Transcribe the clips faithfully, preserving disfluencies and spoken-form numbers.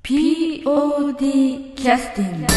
ピーオーディー キャスティング。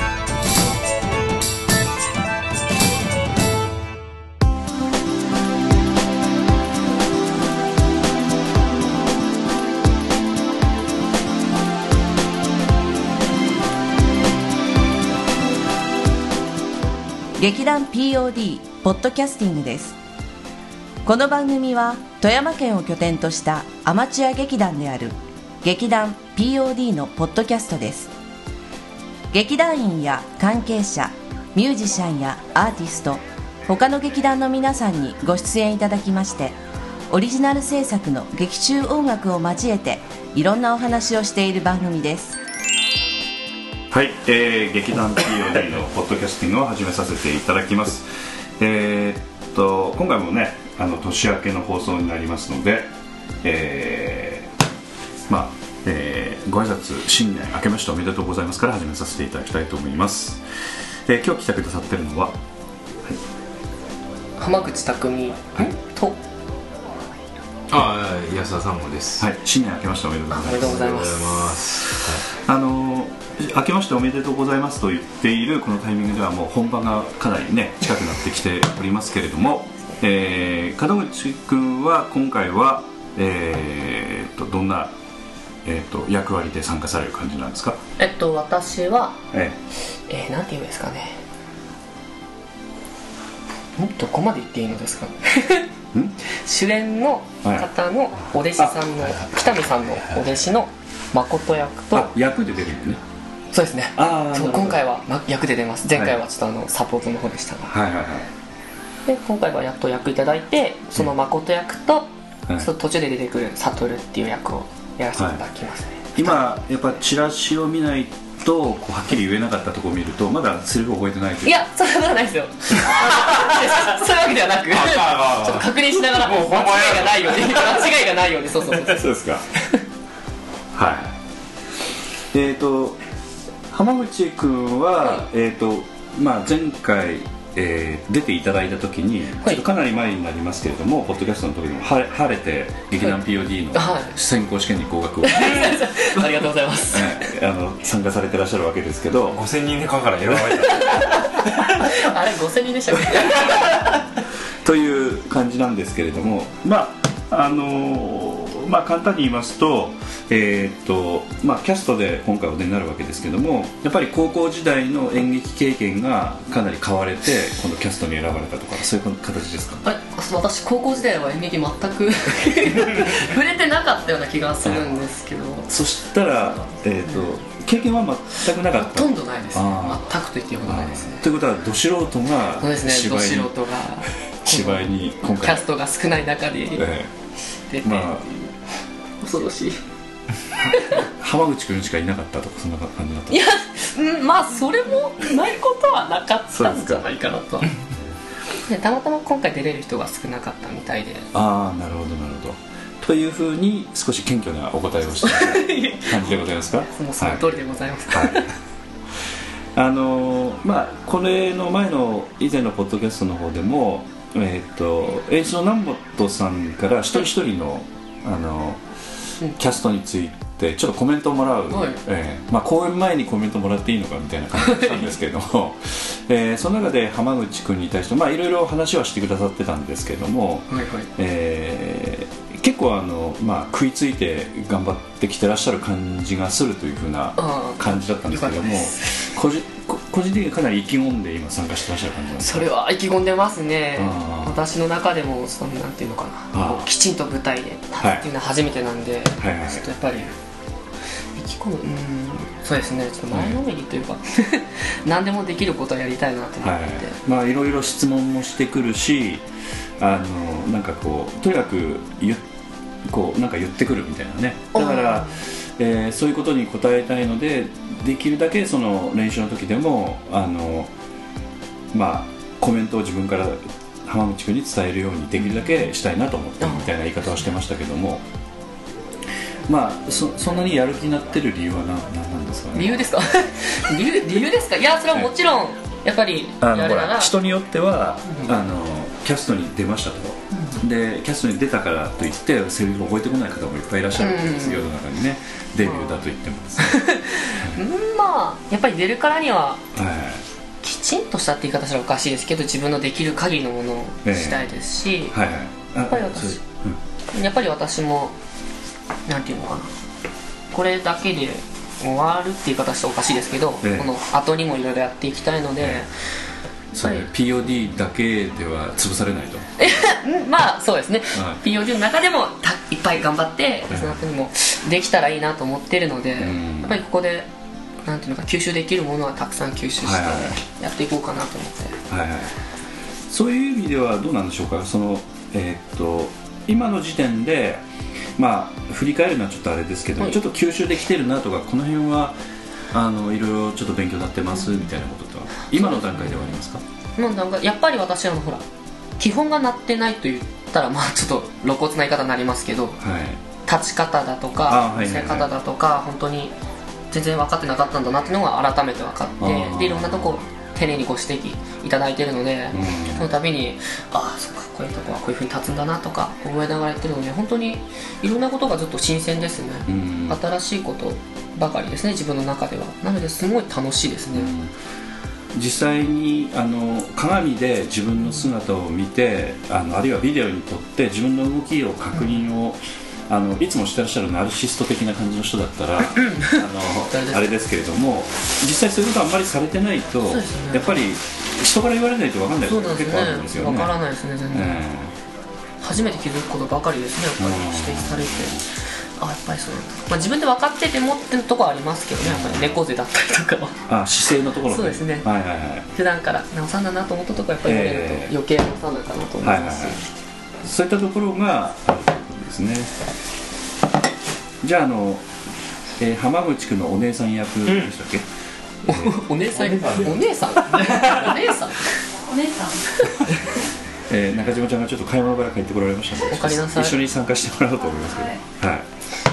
劇団 ピーオーディー ポッドキャスティングです。この番組は富山県を拠点としたアマチュア劇団である劇団 ピーオーディー のポッドキャストです。劇団員や関係者、ミュージシャンやアーティスト、他の劇団の皆さんにご出演いただきまして、オリジナル制作の劇中音楽を交えていろんなお話をしている番組です。 はい、えー、劇団 ピーオーディー のポッドキャスティングを始めさせていただきます。えー、っと今回もね、あの年明けの放送になりますので、えー、まあ、えー、ご挨拶新年明けましておめでとうございますから始めさせていただきたいと思います。えー、今日来てくださっているのは、はい、 浜口匠と、 ああ、安田さんもです。 はい、新年明けましておめでとうございます。 おめでとうございます。 はい、あの明けましておめでとうございますと言っているこのタイミングではもう本番がかなりね近くなってきておりますけれども、えー、門口君は今回は、えー、とどんな、えー、と役割で参加される感じなんですか？ えっと私は、 ええー、なんて言うんですかね、んどこまで言っていいのですかん主演の方のお弟子さんの、はい、北見さんのお弟子の誠役と、 あ、役で出るよね。 そうですね。 あ、 そう、今回は役で出ます。前回はちょっとあの、はい、サポートの方でしたが、 はいはいはい、 で今回はやっと役いただいて、その誠役と、うん、その途中で出てくる悟っていう役をやらせていただきますね。はい、 今やっぱチラシを見ないとこうはっきり言えなかったところを見るとまだセリフ覚えてないという。 いや、そんなことないですよそういうわけではなくちょっと確認しながら間違いがないように間違いがないようにそうそうそうそうそうですかはい。えーと浜口君は、はい、えーとまあ、前回、えー、出ていただいた時に、はい、ちょっとかなり前になりますけれども、ポッドキャストの時にも晴れ、晴れて劇団 ピーオーディー の選考試験に合格を、はい、 ありがとうございます、 ね、あの参加されてらっしゃるわけですけど、 ごせんにんの中から選ばれたあれごせんにんでしたっけという感じなんですけれども、まああのーまあ、簡単に言いますと、えーっとまあ、キャストで今回お出になるわけですけども、やっぱり高校時代の演劇経験がかなり買われてこのキャストに選ばれたとか、そういう形ですか？ はい、私高校時代は演劇全く触れてなかったような気がするんですけど、 そしたら、えーっと経験は全くなかった？ ほとんどないですね。全くと言っていいほどないですね。 ということはど素人がそうですね、 芝居に、 ど素人が芝居に今回キャストが少ない中で出て、えーまあ、恐ろしい浜口君しかいなかったとかそんな感じだった？ いや、うん、まあそれもないことはなかったんじゃないかなとでたまたま今回出れる人が少なかったみたいで、 ああ、なるほどなるほどというふうに少し謙虚なお答えをしている感じでございますか？ もうその通りでございます、 はいはい、あのー、まあこれの前の以前のポッドキャストの方でも、えー、と演出の南本さんから一人一人の、あのー、キャストについてちょっとコメントをもらう、はい、えーまあ、公演前にコメントもらっていいのかみたいな感じなんですけれども、えー、その中で浜口君に対して、まあ、いろいろ話はしてくださってたんですけれども、はいはい、えー、結構あの、まあ、食いついて頑張ってきてらっしゃる感じがするというふうな感じだったんですけども、個人個人的にかなり意気込んで今参加してらっしゃる感じなんですか？ それは意気込んでますね。私の中でもそのなんていうのかな、きちんと舞台で立つっていうのは初めてなんで、はいはいはい、ちょっとやっぱり意気込む、うん、そうですね、ちょっと前のめりというか、はい、何でもできることはやりたいなと思って、はい、 まあいろいろ質問もしてくるし、あのなんかこうとにかく言こうなんか言ってくるみたいなね。だから、えー、そういうことに応えたいのでできるだけその練習の時でもあの、まあ、コメントを自分から浜口君に伝えるようにできるだけしたいなと思ってみたいな言い方をしてましたけども、まあ そ, そんなにやる気になってる理由は 何, 何なんですかね？ 理由ですか理由理由ですか？いや、それはもちろんやっぱりやるなら、 あのほら人によっては、うん、あのキャストに出ましたと、うん、 でキャストに出たからといってセリフを覚えてこない方もいっぱいいらっしゃるんです、うん、世の中にね、デビューだと言ってもですねうんまあやっぱり出るからには、はい、きちんとしたって言い方したらおかしいですけど自分のできる限りのものをしたいですし、えーはいはい、やっぱり私、うん、やっぱり私もなんていうのかなこれだけで終わるって言い方したらおかしいですけど、えー、この後にもいろいろやっていきたいので、えー、 それ ピーオーディー だけでは潰されないとまあそうですね、はい、ピーオーディー の中でもたいっぱい頑張って、はい、その後にもできたらいいなと思ってるので、うん、やっぱりここでなんていうのか吸収できるものはたくさん吸収してやっていこうかなと思って、 はいはい、そういう意味ではどうなんでしょうか。その、えー、っと今の時点でまあ振り返るのはちょっとあれですけど、はい、ちょっと吸収できてるなとかこの辺はあのいろいろちょっと勉強になってますみたいなことって今の段階ではありますか。 の段階やっぱり私はほら基本がなってないと言ったらまあちょっと露骨な言い方になりますけど、はい、立ち方だとか見せ方だとか本当に全然分かってなかったんだなっていうのが改めて分かってでいろんなとこ丁寧にご指摘いただいているので、うん、その度にああそっかこういうとこはこういう風に立つんだなとか覚えながらやってるので本当にいろんなことがずっと新鮮ですね、うん、新しいことばかりですね自分の中では。なのですごい楽しいですね、うん実際にあの鏡で自分の姿を見てあのあるいはビデオに撮って自分の動きを確認を、うん、あのいつもしてらっしゃるナルシスト的な感じの人だったらあのあれですけれども実際そういうことあんまりされてないと、ね、やっぱり人から言われないと分かんないことが結構あるんですよね。 分からないですね全然、えー、初めて気づくことばかりですねやっぱり指摘されてあやっぱりそうなんだ、まあ、自分で分かっててもっていうところはありますけどねやっぱり猫背だったりとかはあ姿勢のところ、ね、 そうですね、 はいはいはい、 普段から直さんだなと思ったところやっぱり言われると余計直さんだかなと思います、えーはいはいはい、 そういったところがあるということですね。じゃああの、えー、浜口君のお姉さん役でしたっけ、 うん、お, お姉さんお姉さんお姉さんお姉さんえー、中島ちゃんがちょっと買い物から帰ってこられましたのでおかえりなさい一緒に参加してもらおうと思いますけど、はいはい、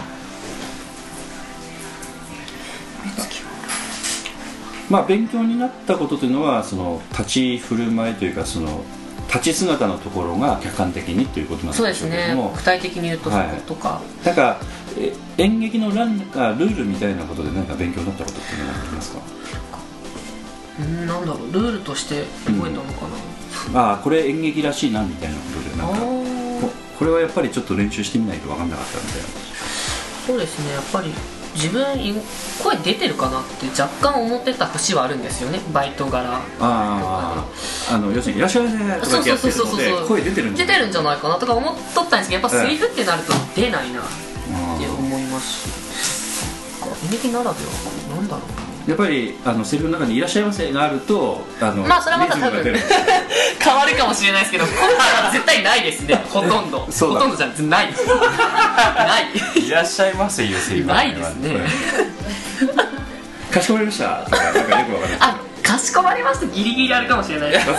まあ勉強になったことというのはその立ち振る舞いというかその立ち姿のところが客観的にということなんでしょうけども、そうですね、 具体的に言うとそことか、はい、 なんか演劇のランかルールみたいなことで何か勉強になったことっていうのはありますか。 うんなんだろうルールとして覚えたのかな、 うん、ああこれ演劇らしいなみたいなことでなんか こ, これはやっぱりちょっと練習してみないと分かんなかったみたいな。 そうですねやっぱり自分声出てるかなって若干思ってた節はあるんですよねバイト柄とかで。 ああの要するにいらっしゃいませとかってやってるので声出てるんじゃない出てるんじゃないかなとか思っとったんですけどやっぱセリフってなると出ないなって思いますし、演劇ならではなんだろうなやっぱりあのセリフの中にいらっしゃいませがあるとあのまあそれはまた多分変わるかもしれないですけど今回は絶対ないですねほとんどほとんどじゃないですないいらっしゃいませいうセリフはないですねかしこまりましたとかなんかよくわかんないあかしこまりましたギリギリあるかもしれないです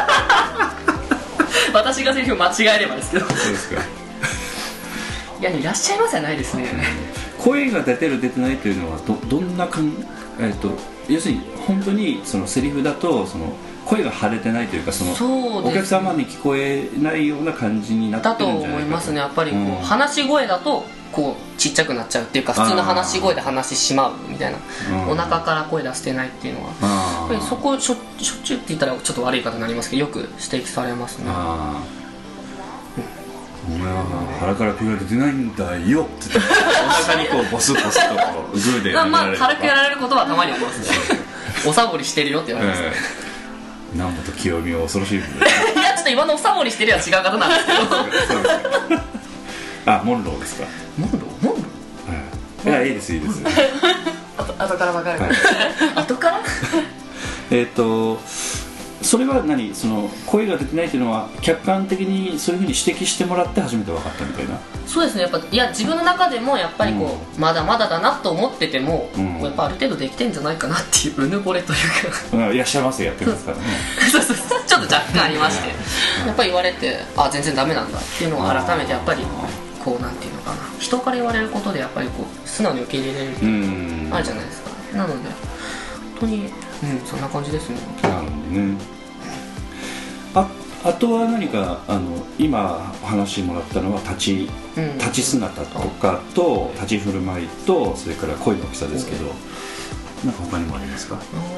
私がセリフを間違えればですけどそうですかいやいらっしゃいませはないですね声が出てる出てないというのは ど, どんなかん、えー、と要するに本当にそのセリフだとその声が腫れてないというかそのそうです、ね、 お客様に聞こえないような感じになってるんじゃないかだと思いますねやっぱりこう、うん、話し声だとこうちっちゃくなっちゃうっていうか普通の話し声で話してしまうみたいなお腹から声出してないっていうのはやっぱりそこしょ、しょっちゅうって言ったらちょっと悪い方になりますけどよく指摘されますね。あお前は腹から声が出てないんだよってお腹にこうボスボスとこうグーでまあまあ軽くやられることはたまにありますねおサボりしてるよって言われますね、 えー、南本清美は恐ろしいいやちょっと今のおサボりしてるは違う方なんですけどあ、モンローですかモンローモンロー、はい、いやいいですいいですあと後から分かる、はい、後からえっとそれは何その声が出てないというのは客観的にそういうふうに指摘してもらって初めて分かったみたいな。 そうですねやっぱいや自分の中でもやっぱりこう、うん、まだまだだなと思ってても、うん、やっぱある程度できてんじゃないかなっていううぬぼれというか、 うん、いらっしゃいませやってますからねそうそうそうちょっと若干ありましてやっぱり言われてあ全然ダメなんだっていうのを改めてやっぱりこうなんていうのかな人から言われることでやっぱりこう素直に受け入れれるっていうのあるじゃないですか。なので本当にうんそんな感じですね。 なるほどね。ああとは何かあの今話もらったのは立ち、うん、立ち姿とかと立ち振る舞いとそれから声の大きさですけど、なんか他にもありますか？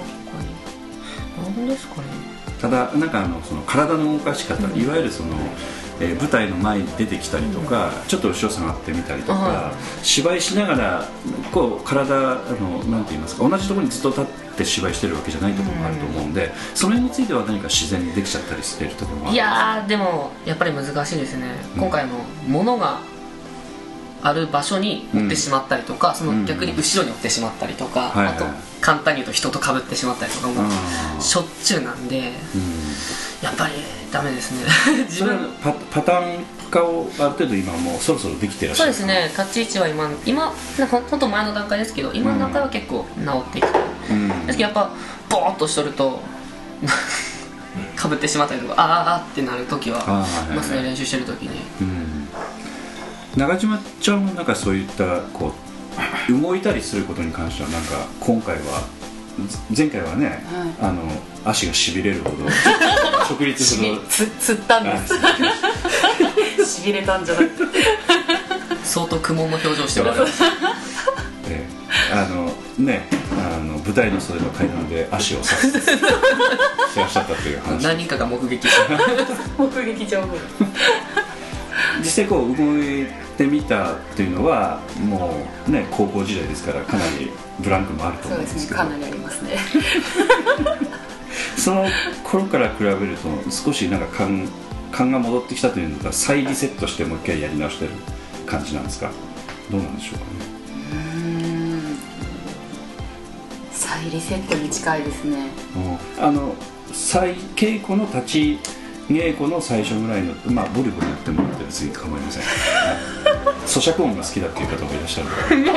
何ですかね。 ただなんかあのその体の動かし方、うん、いわゆるその、えー、舞台の前に出てきたりとか、うん、ちょっと後ろ下がってみたりとか、芝居しながらこう体あのなんて言いますか、同じところにずっと立って芝居してるわけじゃないところもあると思うんで、うん、その辺については何か自然にできちゃったりしてるところもある。 いやーでもやっぱり難しいですね、うん、今回のものがある場所に追ってしまったりとか、うん、その逆に後ろに追ってしまったりとか、うん、あと簡単に言うと人と被ってしまったりとかもしょっちゅうなんで、うん、やっぱりダメですね自分パ, パターン化をある程度今もうそろそろできてらっしゃる。 そうですね、立ち位置は今今ほんと前の段階ですけど、今の段階は結構治っていく、うん、ですけどやっぱボーっとしとると被ってしまったりとか、あーあーってなるときは、まあ、その練習してるときに、うん、 中島ちゃんもなんかそういったこう動いたりすることに関してはなんか今回は前回はね、はい、あの足がしびれるほど直立ほどつつったんですしびれたんじゃなくて相当苦悶の表情しておられます、 ええ、あのねあの舞台の袖の階段で足を刺していらっしゃったという話、 何人かが目撃した目撃情報実際こう動いてみたっていうのはもうね高校時代ですからかなりブランクもあると思うんですけど、 そうですね、かなりありますねその頃から比べると少しなんか勘勘が戻ってきたというのか、再リセットしてもう一回やり直してる感じなんですか？どうなんでしょうかね。 うーん、再リセットに近いですね。 あの再稽古の立ち稽古の最初ぐらいの、まあボリボリやってもらって別に構いません咀嚼音が好きだっていう方もいらっしゃる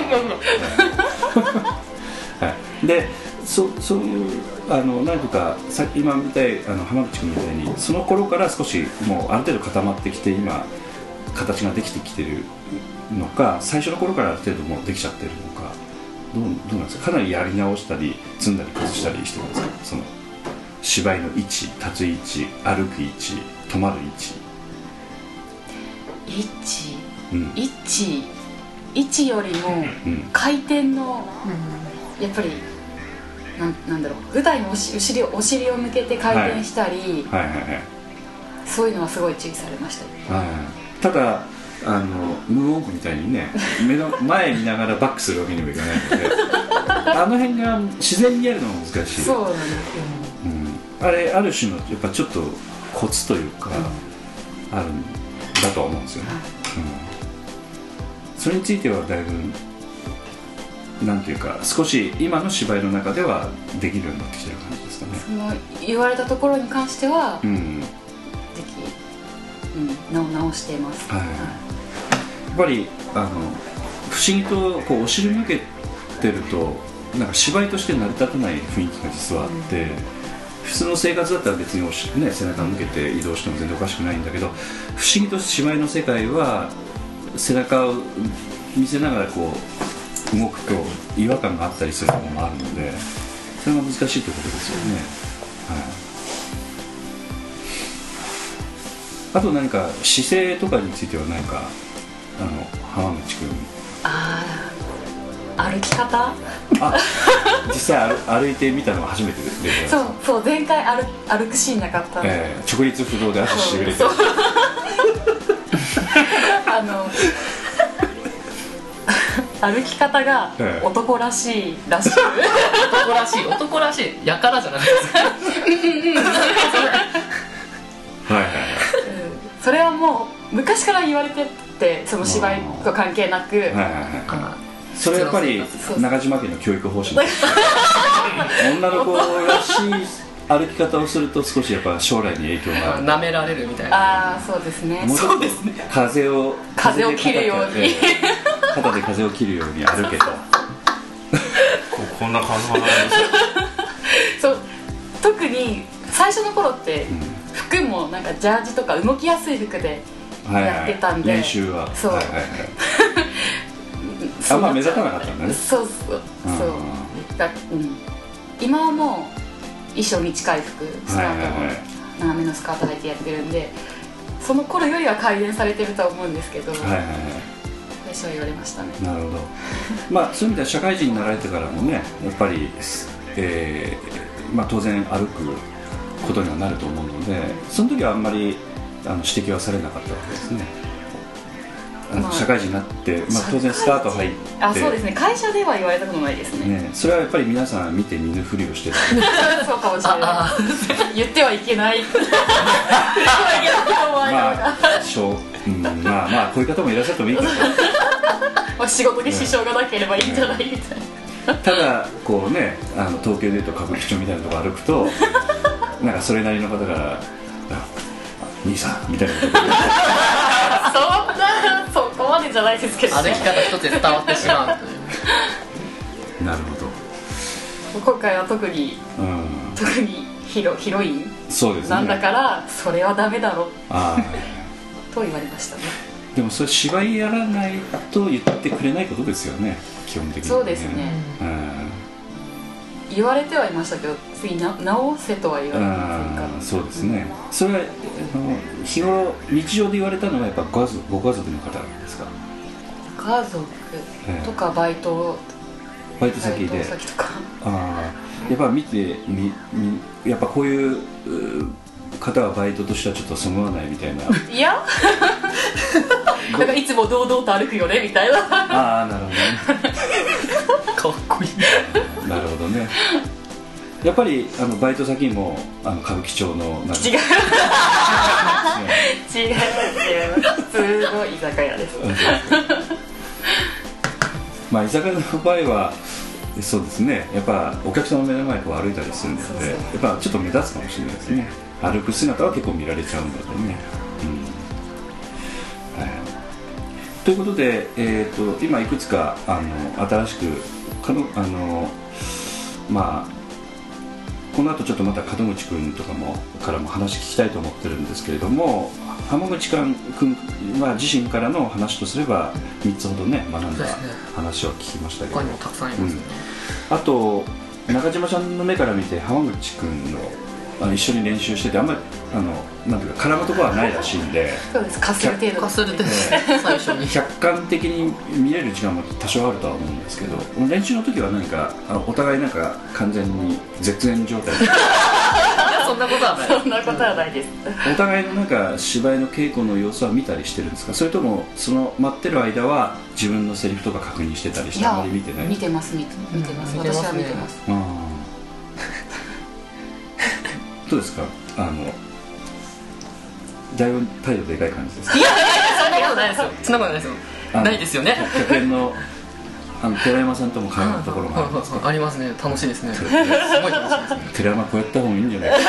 はい、で そ, そういうあの何とかさ今みたいあの浜口君みたいにその頃から少しもうある程度固まってきて今形ができてきてるのか、最初の頃からある程度もうできちゃってるのか、どう、どうなんですか？かなりやり直したり積んだり崩したりしてるんですか？その芝居の位置、立つ位置、歩く位置、止まる位置、 位置、うん、位置、位置よりも回転の、うん、やっぱりな ん, なんだろう舞台のおし お, 尻お尻を向けて回転したり、はいはいはいはい、そういうのはすごい注意されました、 はい、ただあのムーンウォークみたいにね目の前見ながらバックするわけにもいかないのであの辺が自然にやるのが難しい。 そうなんですよ、 うん、あれある種のやっぱちょっとコツというか、うん、あるんだとは思うんですよね、うん、それについてはだいぶなんていうか少し今の芝居の中ではできるようになってきてる感じですかね。 その言われたところに関しては、うん、ぜひ、うん、直しています、はいはい、 やっぱりあの不思議とこうお尻向けてるとなんか芝居として成り立たない雰囲気が実はあって、うん、普通の生活だったら別におし、ね、背中向けて移動しても全然おかしくないんだけど、不思議と芝居の世界は背中を見せながらこう動くと違和感があったりするものもあるので、それが難しいということですよね、はい、あと何か姿勢とかについては何かあの浜口君あ歩き方あ実際 歩, 歩いてみたのは初めてですね。 そうそう前回 歩, 歩くシーンなかったんで、 えー、直立不動で足しびれてあの歩き方が男らしいらしい、 男らしい男らしいやからじゃないですかはいはい、 うん、それはもう昔から言われてて、その芝居と関係なく、はいはいはい、 それはやっぱり中島家の教育方針です女の子らしい歩き方をすると少しやっぱ将来に影響がある、 舐められるみたいな。 ああそうですね、 そうですね、風を風を切るように肩で風を切るように歩けとこ, こんな感じなんですそう特に最初の頃って、うん、服もなんかジャージとか動きやすい服でやってたんで、 はいはい、練習はそう、はいはいはいあんま目立たなかったんだね。 そうそうそうだ、うん、今はもう衣装に近い服、スカートも長めのスカート履いてやってるんで、その頃よりは改善されてるとは思うんですけど、はいはいはい、私は言われましたね。 なるほど。まあそういう意味では社会人になられてからもね、やっぱり、えーまあ、当然歩くことにはなると思うので、その時はあんまりあの指摘はされなかったわけですね。まあ、社会人になって、まあ、当然スカート履いて、 あ、そうですね、会社では言われたことないです ね, ね。それはやっぱり皆さん見て見ぬふりをしてるそうかもしれない言ってはいけないまあしょう、うん、まあまあこういう方もいらっしゃってもいいけどまあ仕事に支障がなければいいんじゃないみたいな、 ただこうね、あの東京でいうと歌舞伎町みたいなとこ歩くとなんかそれなりの方から「兄さん」みたいなことでそんなそこまでじゃないですけど、 歩き方一つで伝わってしまうというなるほど。 今回は特に、うん、特にヒロ、ヒロインそうです、ね、 なんだからそれはダメだろあと言われましたね。 でもそれ芝居やらないと言ってくれないことですよね、基本的に、ね、 そうですね、うん、言われてはいましたけど次な直せとは言われませんか。 そうですね、それはあの日頃日常で言われたのはやっぱご家族、ご家族の方ですか。 家族とかバイト、 えー、バイト先でバイト先とかあやっぱ見てみみやっぱこういう方はバイトとしてはちょっとそぐわないみたいな。 いやなんかいつも堂々と歩くよねみたいな。 ああなるほどねかっこいいなるほどね。やっぱりあのバイト先もあの歌舞伎町のなんか違う違います違います普通の居酒屋ですまあ居酒屋の場合はそうですね、やっぱお客さんの目の前を歩いたりするので、そうそう、やっぱちょっと目立つかもしれないですね。歩く姿は結構見られちゃうのでね、うんはい、ということで、えー、と今いくつかあの新しくかのあのまあこの後ちょっとまた門口君とかもからも話聞きたいと思ってるんですけれども、浜口君は自身からの話とすればみっつほどね学んだ話を聞きましたけど、 他にもたくさんいますね、 うん、あと中島さんの目から見て浜口君のあの一緒に練習しててあんまりあのなんていうか絡むところはないらしいんでそうです、かする程度かする程度最初に客観的に見れる時間も多少あるとは思うんですけど、練習の時は何かお互いなんか完全に絶縁状態でそんなことはないそんなことはないですお互いのなんか芝居の稽古の様子は見たりしてるんですか、それともその待ってる間は自分のセリフとか確認してたりしてあまり見てない。 見てます見てます、うん、私は見てます。あどうですか、あのだいぶ態度でかい感じですか。 いやいやいやそんなことないですよそんなことないですよないですよね。 客演のあの寺山さんとも絡むところもあるんですか。 ありますね、楽しいですねすごい楽しいですね。 寺山こうやった方がいいんじゃないか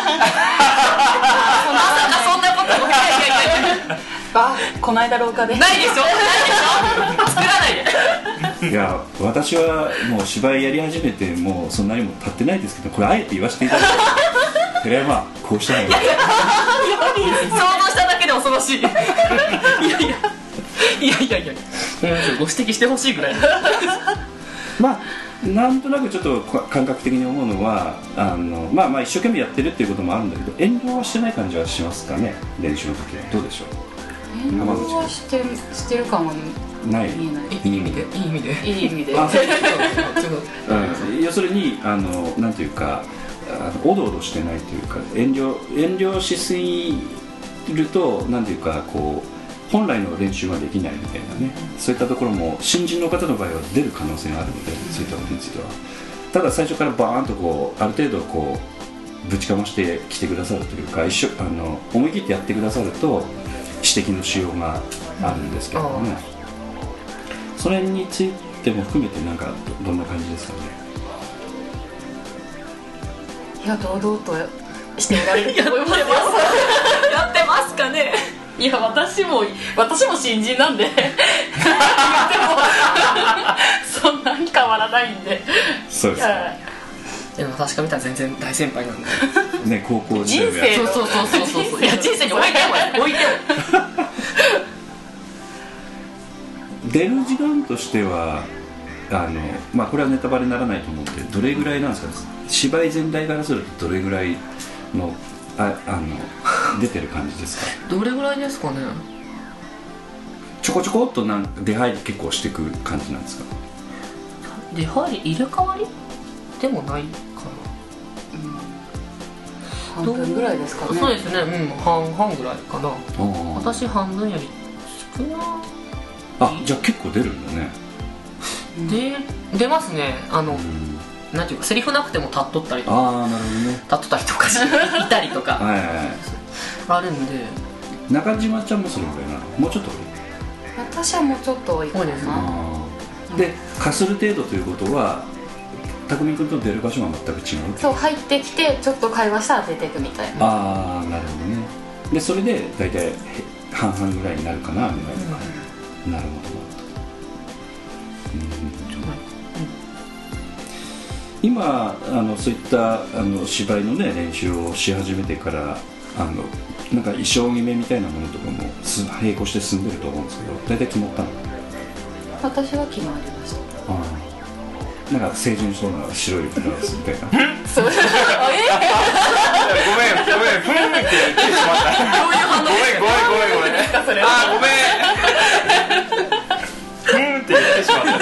そんなことない。いやいやいやあ、この間廊下でないでしょないでしょ作らないで。 いや私はもう芝居やり始めてもうそんなにも経ってないですけど、これあえて言わせていただいて寺山こうした方がいい。 想像しただけで恐ろしい。いやいやいやいやいやご指摘してほしいぐらい。 まあなんとなくちょっと感覚的に思うのはあの、まあ、まあ一生懸命やってるっていうこともあるんだけど遠慮はしてない感じはしますかね、練習の時は。どうでしょう。 遠慮はしてる、してる感はない見えない。 いい意味でいい意味でいい意味であうん、要するにあのなんていうかあのおどおどしてないというか遠慮遠慮しすぎるとなんていうかこう本来の練習はできないみたいなね、そういったところも新人の方の場合は出る可能性があるので、そういったことについてはただ最初からバーンとこうある程度こうぶちかましてきてくださるというか一緒あの思い切ってやってくださると指摘のしようがあるんですけどね、それについても含めてなんか ど, どんな感じですかね。 いや堂々としておられると思いますよ。 やってますかね。 いや私も私も新人なんで言ってもそんなに変わらないんで。 そうですか。 でも確か見たら全然大先輩なんでね、高校時代そうそうそうそうそういや人生に置いてよ置いてよ出る時間としてはあの、まあ、これはネタバレにならないと思うんでどれぐらいなんですかね。芝居全体からするとどれぐらいのああの出てる感じですか？ どれぐらいですかね。 ちょこちょこっとなんか出入り結構してくる感じなんですか？ 出入り入れ替わりでもないかな、うん、半分ぐらいですかね。 そうですね、うん、半々ぐらいかな。私半分より少ない。 あ、じゃあ結構出るんだね。 で出ますね。あの、うん、なんていうかセリフなくても立っとったりとか、 ああなるほどね、 立っとったりとかしていたりとかはいはい、はい、あるんで。 中島ちゃんもそれぐらいなの？もうちょっと多い？ 私はもうちょっと多いかな。 で、かする程度ということは匠君と出る場所が全く違う？ そう、入ってきてちょっと会話したら出てくみたいな。 ああなるほどね。でそれで大体半々ぐらいになるかなみたいな、うん、なるほど、うんうん、今あのそういったあの芝居のね練習をし始めてからあのなんか衣装決めみたいなものとかも並行して進んでると思うんですけど、大体決まったの？ 私は決まりました。 ああ、なんか清純そうな白いブラウスみたいなそうえごめんごめんふんって言ってしまった。どういう反応ですか？ごめんごめんごめんごめん。あーごめんふんって言ってしまった。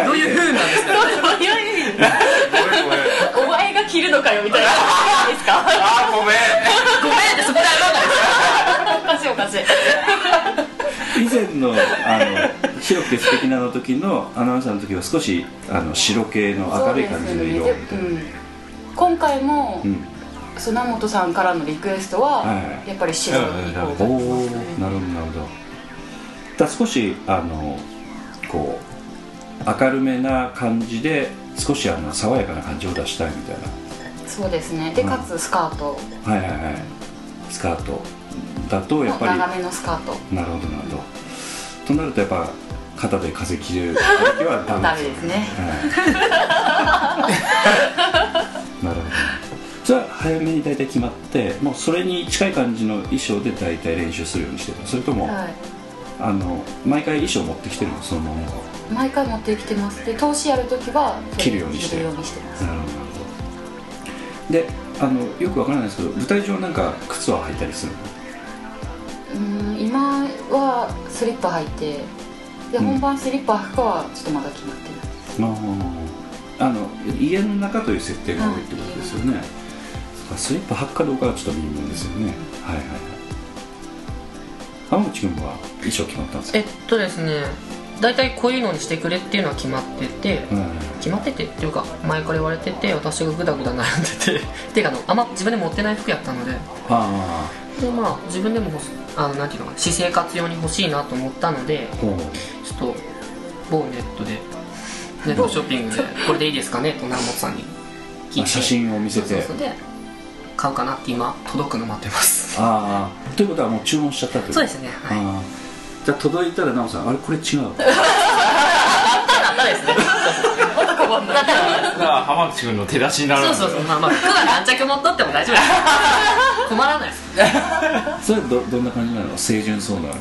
どういうふうなんですか？ どういう意味？ごめんごめん。お前が着るのかよみたいなですか？ あーごめんごめんってそこで謝らないですか？ おかしいおかしい。 以前のあの広くて素敵なの時のアナウンサーの時は少しあの白系の明るい感じの色みたいな、ね、うん、 今回も、うん、砂本さんからのリクエストは、はい、やっぱり白に行こうと思いますね。 なるほどなるほど。だ少しあのこう明るめな感じで少しあの爽やかな感じを出したいみたいな。 そうですね。でかつスカート、 うん、はいはいはい、スカートだとやっぱり長めのスカート。 なるほどなるほど。となるとやっぱ肩で風切れる時はダメですね。はい、なるほど。じゃあ早めに大体決まってもうそれに近い感じの衣装で大体練習するようにしてる？それとも、はい、あの毎回衣装持ってきてるの？そのまま毎回持ってきてます。で通しやるときは着るようにしてるようにしてます。なるほどなるほど。であのよくわからないですけど舞台上なんか靴は履いたりするの？ うん、今はスリッパ履いてで、うん、本番スリッパ履くかはちょっとまだ決まってないです。 あの家の中という設定が多いってことですよね、うん、スリッパ履くかどうかはちょっと微妙ですよね、うん、はいはいはい。浜口君は衣装決まったんですか？ えっとですね大体こういうのにしてくれっていうのは決まってて、うん、決まっててっていうか前から言われてて私がグダグダ悩んでてっていうかあのあんま自分で持ってない服やったので、あでまあ自分でもあのなんていうのかな私生活用に欲しいなと思ったので、ちょっと某ネットでネットショッピングでこれでいいですかねと南本さんに聞いて写真を見せて、そうそうそうで買うかなって今届くの待ってます。 ああということはもう注文しちゃったってこと？ そうですね、はい。 あじゃあ届いたら南本さんあれこれ違うなったですね浜口君の手出しになる。 そうそうそう、まあまあ服は何着持っとっても大丈夫です困らないですそれは ど, どんな感じなの？清純そうな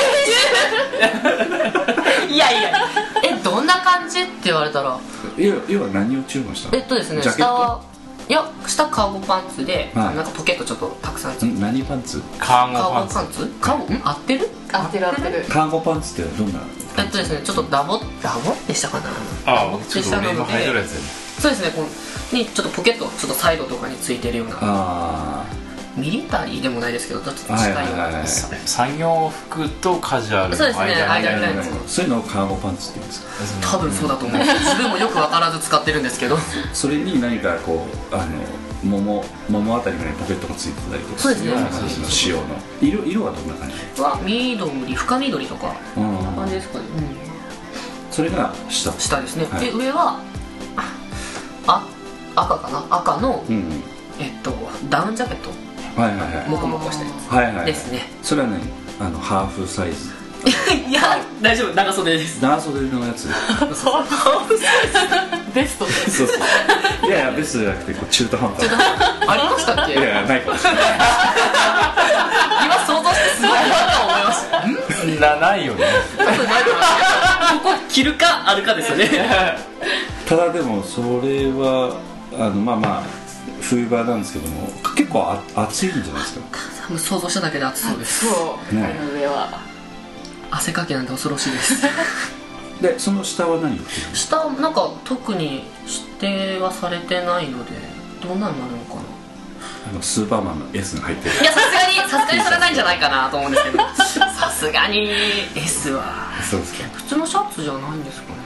いやいやえどんな感じって言われたら要は何を注文したの？ えっとですね下はいや下カーゴパンツで、はい、なんかポケットちょっとたくさんついて。 何パンツ？ カーゴパンツ。 カーゴパンツ？カーゴん合ってる？ 合ってる合ってる。 カーゴパンツってどんな？ えっとですねちょっとダボダボってしたかな。 あダボってしたので。そうですねこうにちょっとポケットちょっとサイドとかについてるような。あミリタリーでもないですけどちょっと近いような、はいはいはい、 作業服とカジュアルの間に、 そうですね間みたいな。 そういうのをカーゴパンツって言うんですか？多分そうだと思う自分もよく分からず使ってるんですけどそれに何かこうあのももももあたりまでポケットがついてたりとかそうですね仕様の色色はどんな感じ？ は緑深緑とかこんな感じですかね、うん、 それが下下ですね、はい、で上はあ赤かな赤の、うん、えっとダウンジャケットはいはいはいモコモコしたやつ、はいはいはい、ですね。 それは何あのハーフサイズいや大丈夫長袖です。 長袖のやつハーフサイズベストですそうそういやいやベストじゃなくてこう中途半端ありましたっけ？ いやいやないかもしれない今想像してすごいなと思いましたなないよねここ着るかあるかですよねただでもそれはあのまあまあ冬場なんですけども結構あ暑いんじゃないですか。 想像しただけで暑そうです。 そうね、あの上は汗かきなんて恐ろしいですでその下は何を売ってるの？ 下なんか特に指定はされてないのでどんなのなるのかな。 あのスーパーマンの エス が入ってる。 いやさすがにさすがにそれはないんじゃないかなと思うんですけどさすがに エス はそうですか。 普通のシャツじゃないんですかね。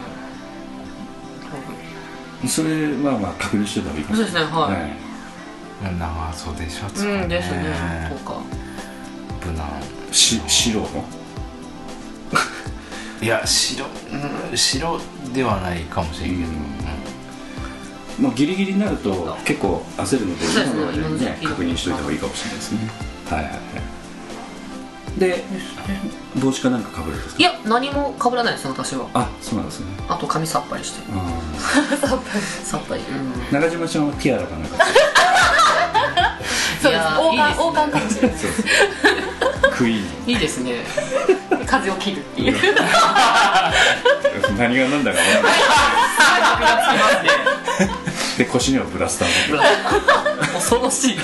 それはまあ確認してた方がいいかもしれない。 そうですね、はい、はい、 長袖シャツかね、 うんですね、とか無難し白のいや白、うん、白ではないかもしれんけど、うんうん、まあ、ギリギリになると結構焦るので、 そうですね、今のね、確認しておいた方がいいかもしれないですね。はいはいはい。で、帽子かなんかかぶるんですか？ いや、何もかぶらないです私は。 あ、そうなんですね。 あと髪さっぱりして。さっぱりさっぱり、うん、 中島ちゃんはティアラかなんかそうです、王冠、王冠かもしれないクイーンいいですね風を切るっていう何が何だか分からないで、腰にはブラスターも恐ろしい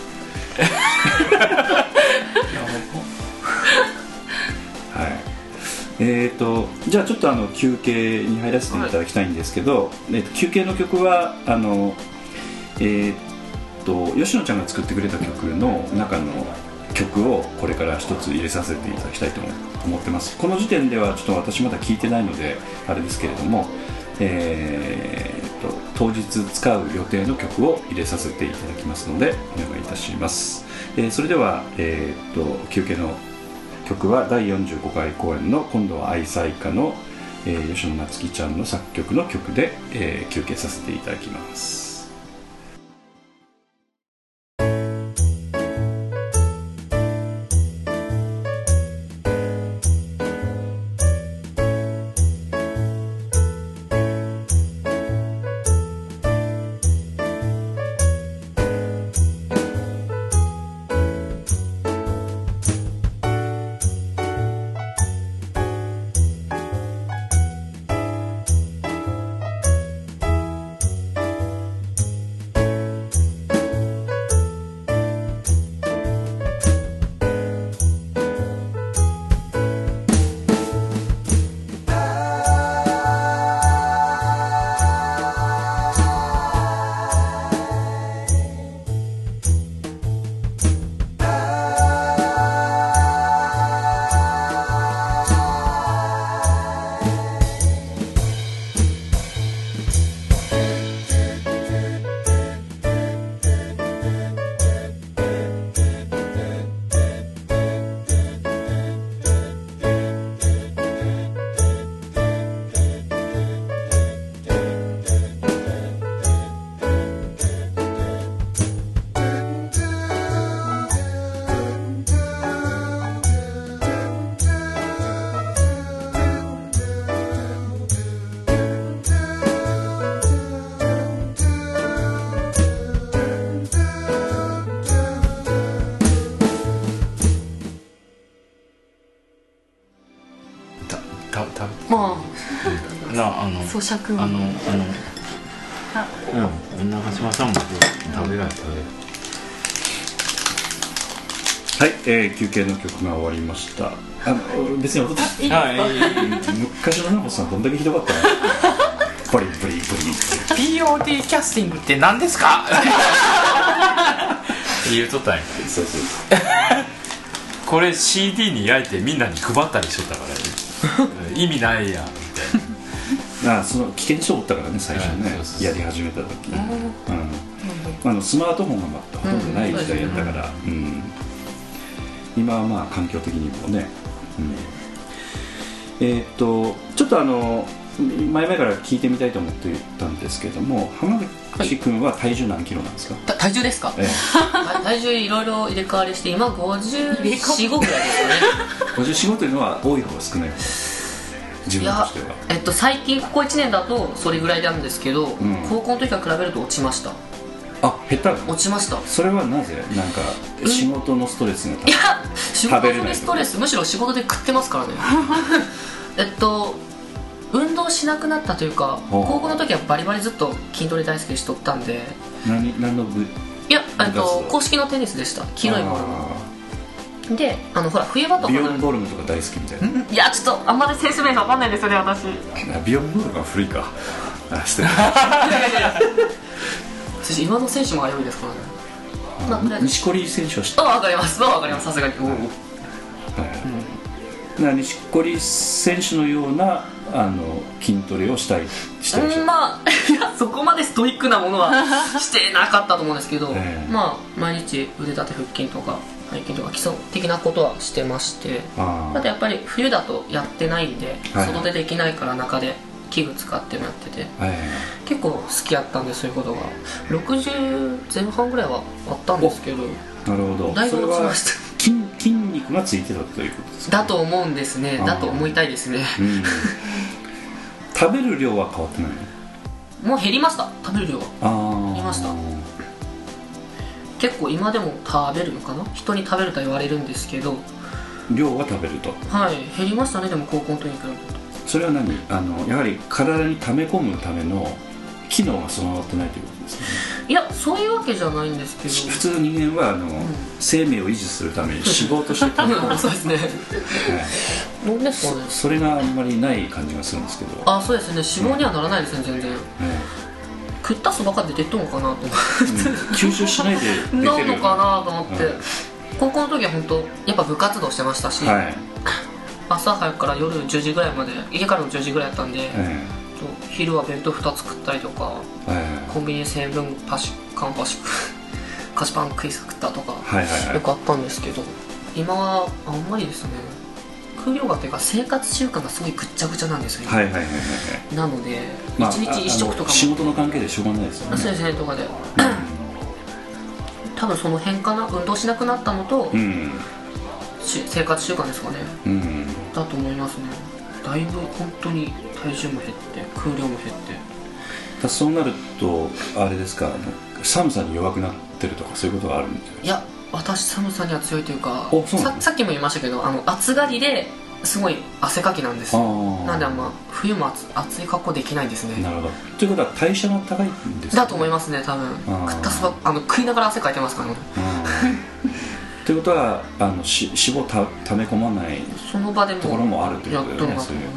はい、えーとじゃあちょっとあの休憩に入らせていただきたいんですけど、はい、えーと休憩の曲はあの、えーと吉野ちゃんが作ってくれた曲の中の曲をこれから一つ入れさせていただきたいと思ってます。この時点ではちょっと私まだ聞いてないのであれですけれども、えーと当日使う予定の曲を入れさせていただきますのでお願いいたします。えー、それでは、えーと休憩の曲はだいよんじゅうごかい公演の今度は愛妻家の、えー、吉野夏樹ちゃんの作曲の曲で、えー、休憩させていただきます。 まあなあの咀嚼あのあのうん長嶋さんも食べられてはい、えー、休憩の曲が終わりました。あの別に音出して昔のナホさんどんだけひどかったのブリブリブリピーオーディー キャスティングって何ですか言うとったんや。 そうそうこれ シーディー に焼いてみんなに配ったりしとったからね意味ないやんみたいな。 あその危険性を負ったからね最初ね、そうそうそうやり始めた時、うん、あのスマートフォンがまほとんどない時代やったから、うんうん、今はまあ環境的にもね、うん、えー、っとちょっとあの前々から聞いてみたいと思っていたんですけども、浜口君は体重何キロなんですか？ 体重ですか？ええ、体重いろいろ入れ替わりして今ごじゅうよん、ごぐらいですかね。 ごじゅうよん、ごというのは多い方少ない方？自分としては。 えっと、最近ここいちねんだとそれぐらいなんですけど、うん、高校の時から比べると落ちました。 あ、減ったの？ 落ちました。 それはなぜ？なんか仕事のストレスが、 うん、いや仕事のストレスむしろ仕事で食ってますからねえっと運動しなくなったというか、高校の時はバリバリずっと筋トレ大好きでしとったんで。 何何の部？ いや、えっと公式のテニスでした。黄色いボールので、あのほら冬場とかビヨンボールムとか大好きみたいな。 いや、ちょっとあんまり選手名わかんないですよね、私。 ビヨンボールムは古いか。あ、してる。 今の選手も危ういですからね。まあ、 錦織選手は知ってる。あ、わかります。わかります。さすがに。 錦織選手のようなあの筋トレをしたいしたい。 まあいや、そこまでストイックなものはしてなかったと思うんですけど、えー、まあ毎日腕立て腹筋とか背筋とか基礎的なことはしてまして、あとやっぱり冬だとやってないんで、はい、外でできないから中で器具使ってやってて、はい、結構好きやったんで、そういうことがろくじゅうぜん半ぐらいはあったんですけど。 なるほど。 だいぶ落ちました。 筋, 筋肉がついてたということですか？ だと思うんですね。だと思いたいですね。うん、 食べる量は変わってないの？ もう減りました。食べる量は減りました。結構今でも食べるのかな。人に食べると言われるんですけど、 量は食べると。 はい、減りましたね。でも高校の時に比べると。 それは何？あのやはり体に溜め込むための機能が備わってないということですかね？ いや、そういうわけじゃないんですけど、 普通の人間はあの、うん、生命を維持するために脂肪として溜め込む。 そうですね。なんですかね。 それがあんまりない感じがするんですけど。 あ、そうですね。脂肪にはならないですね、全然。うん、食ったそばかで出とんのかなと思って、うん、 吸収しないで出てるなんのかなと思って、うん、高校の時は本当やっぱ部活動してましたし、はい、朝早くから夜じゅうじぐらいまで、家からのじゅうじぐらいだったんで、はい、昼は弁当ふたつ食ったりとか、はい、コンビニ成分パシカンパシ菓子パン食い食ったとか、はいはいはい、よくあったんですけど、今はあんまりですね。食料がというか生活習慣がすごいぐっちゃぐちゃなんですよ、はいはいはいはい、なので、まあ、いちにちいっしょくとかも仕事の関係でしょうがないですよね。 そうですね、とかで、うん、多分その辺かな。運動しなくなったのと、うん、生活習慣ですかね、うん、だと思いますね。だいぶ本当に体重も減って空量も減って。 だそうなるとあれですか、寒さに弱くなってるとかそういうことがあるんじゃないですか？ いや、私寒さには強いというか、 さ, さっきも言いましたけど、あの暑がりですごい汗かきなんです。なんで、まあ、冬も 暑, 暑い格好できないんですね。 なるほど。ということは代謝が高いんですか？ だと思いますね、多分。食ったそばあの食いながら汗かいてますからね。 ということはあのし脂肪たため込まないその場でもところもあるということですね。そういう、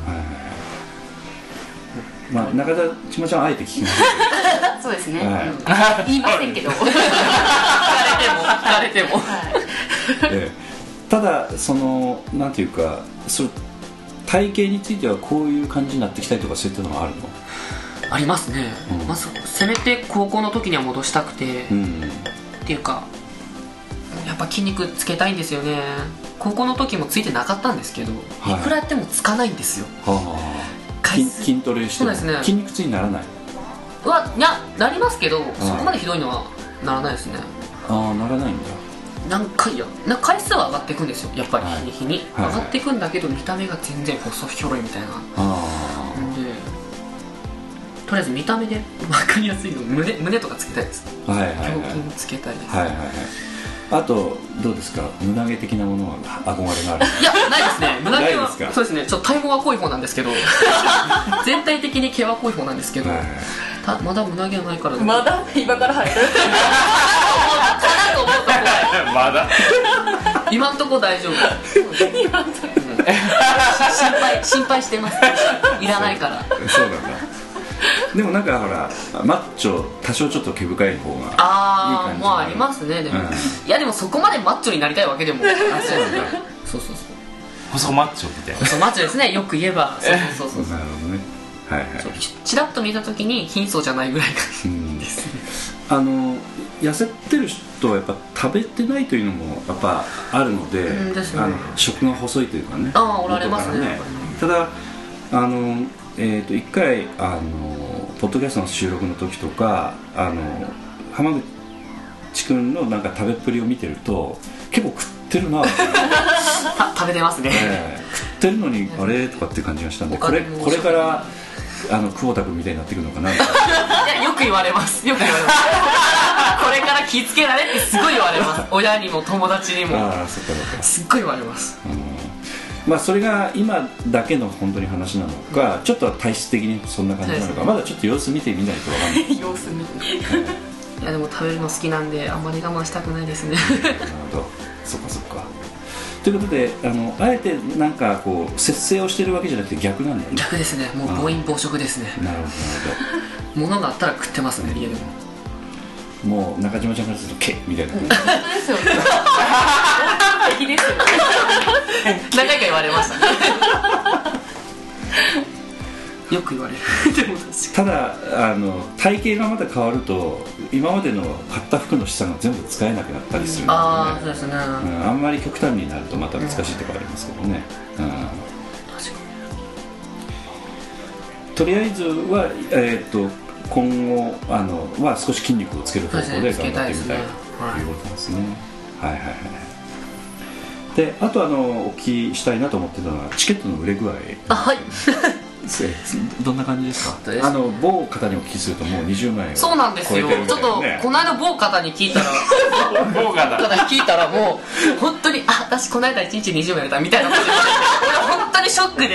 まあ、中田千葉ちゃんはあえて聞きますそうですね、はい、言いませんけど聞かれても聞かれても、 はいええ、ただそのなんていうか、そ体型についてはこういう感じになってきたりとか、そういったのがあるの？ ありますね、うん、まずせめて高校の時には戻したくて、うん、っていうかやっぱ筋肉つけたいんですよね。高校の時もついてなかったんですけど、はい、いくらやってもつかないんですよ。はあ、 筋, 筋トレしても、ね、筋肉痛にならない？ はいや、なりますけど、そこまでひどいのはならないですね。 ああ、ならないんだ。 何回やな回数は上がっていくんですよ、やっぱり、はい、日に日に、はい、上がっていくんだけど見た目が全然細ひょろいみたいな。あでとりあえず見た目で分かりやすいの 胸, 胸とかつけたいです。はいはいはい、胸筋つけたいです。はいはいはい。 あとどうですか、胸毛的なものは憧れがある？ いや、ないですね。胸毛はそうですね、ちょっと体毛は濃い方なんですけど全体的に毛は濃い方なんですけど、はい、たまだ胸毛はないから。 まだ今から入るかなと思うと怖いまだ今んとこ大丈夫今んとこ、うん、心配心配してます。いらないからそうなんだ。でもなんかほらマッチョ多少ちょっと毛深い方がいい感じ。 ああ、まあありますね。でも、うん、いやでもそこまでマッチョになりたいわけでもあ、そうなんだそうそうそう、 細マッチョみたいな。 細マッチョですね、よく言えば。そうそうそうそう。 なるほどね。はいはい。 チラッと見た時に貧相じゃないぐらいですね。 あの痩せてる人はやっぱ食べてないというのもやっぱあるので、うんですね、あの食が細いというかね。 ああ、おられますね。 ただあのえー、といっかいあのポッドキャストの収録の時とか、あの浜口君のなんか食べっぷりを見てると結構食ってるな食べてますね、 えー、食ってるのにあれとかっていう感じがしたんで、これこれからあの久保田君みたいになってくるのかな。いや、よく言われますよく言われますこれから気付けられってすごい言われます親にも友達にも。あ、そっかそっか、すっごい言われます。うん、 まあそれが今だけの本当に話なのか、ちょっと体質的にそんな感じなのか、まだちょっと様子見てみないとわかんない様子見ていやでも食べるの好きなんであんまり我慢したくないですね。 なるほど、そっかそっか。ということで、あのあえてなんかこう節制をしてるわけじゃなくて逆なんだよね。 逆ですね、もう暴飲暴食ですね。 なるほどなるほど。 物があったら食ってますね、家でも。 もう中島ちゃんからすると「け」みたいな本当ですよね。敵ですよね。 何回か言われましたね。よく言われる。でも確かただあの体型がまた変わると今までの買った服の資産が全部使えなくなったりするので、ね、 ああそうですね、 うん、あんまり極端になるとまた難しいところありますけどね、うん、 確かに。とりあえずは、えー、と今後あのは少し筋肉をつける方向で頑張ってみたいということですね。はいはいはい。であとあのお聞きしたいなと思ってたのはチケットの売れ具合。 あはい。 どんな感じですか？あの某方にお聞きするともうにじゅうまん円をそうなんですよ、 超えてるみたいなね。 ちょっとこの間某方に聞いたら某方に聞いたらもう本当にあ私この間いちにちにじゅうまん円売れたみたいなこと言われて、俺本当にショックで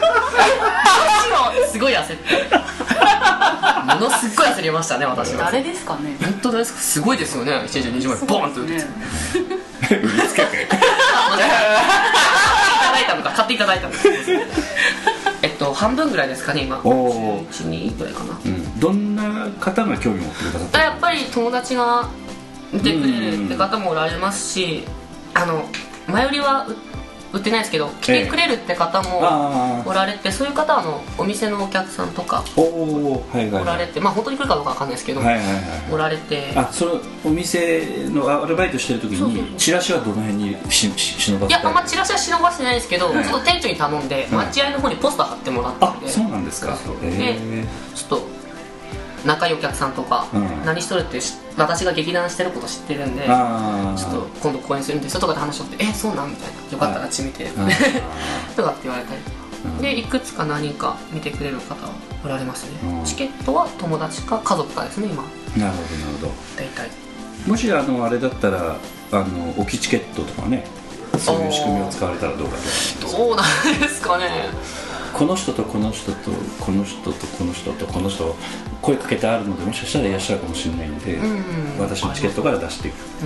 私もすごい焦ってものすごい焦りましたね。私は誰ですかね。 本当ですか？すごいですよね。いちにちにじゅうまん円ボーンと売って売りつけていただいたのか買っていただいたのかえっと半分ぐらいですかね今。 おいちにぐらいかな、 うん、どんな方が興味持ってくださったの？ やっぱり友達が見てくれるって方もおられますし、あの前売りは売ってないですけど来てくれるって方もおられて、ええ、そういう方はあのお店のお客さんとかおられて、まあ本当に来るかどうかわかんないですけど、はいはいはいはい、おられて、 あそのお店のアルバイトしてる時にチラシはどの辺にしし忍ばせたい？ いやあんまチラシは忍ばせてないですけど、はい、ちょっと店長に頼んで、はい、待合の方にポスター貼ってもらったんで。 あそうなんですか。 でちょっと仲いいお客さんとか、うん、何しとるって私が劇団してること知ってるんで、ちょっと今度公演するんですよとかで話しとって、えそうなんみたいな、よかったらち見てとかって言われたりとか、うん、でいくつか何人か見てくれる方はおられますね、うん、チケットは友達か家族かですね今。 なるほどなるほど。 大体もしあのあれだったらあの置きチケットとかね、そういう仕組みを使われたらどうかと思います。 どうなんですかね。 この人とこの人とこの人とこの人とこの人声かけてあるのでもしかしたらいらっしゃるかもしれないんで、うんうん、私のチケットから出していく、うん、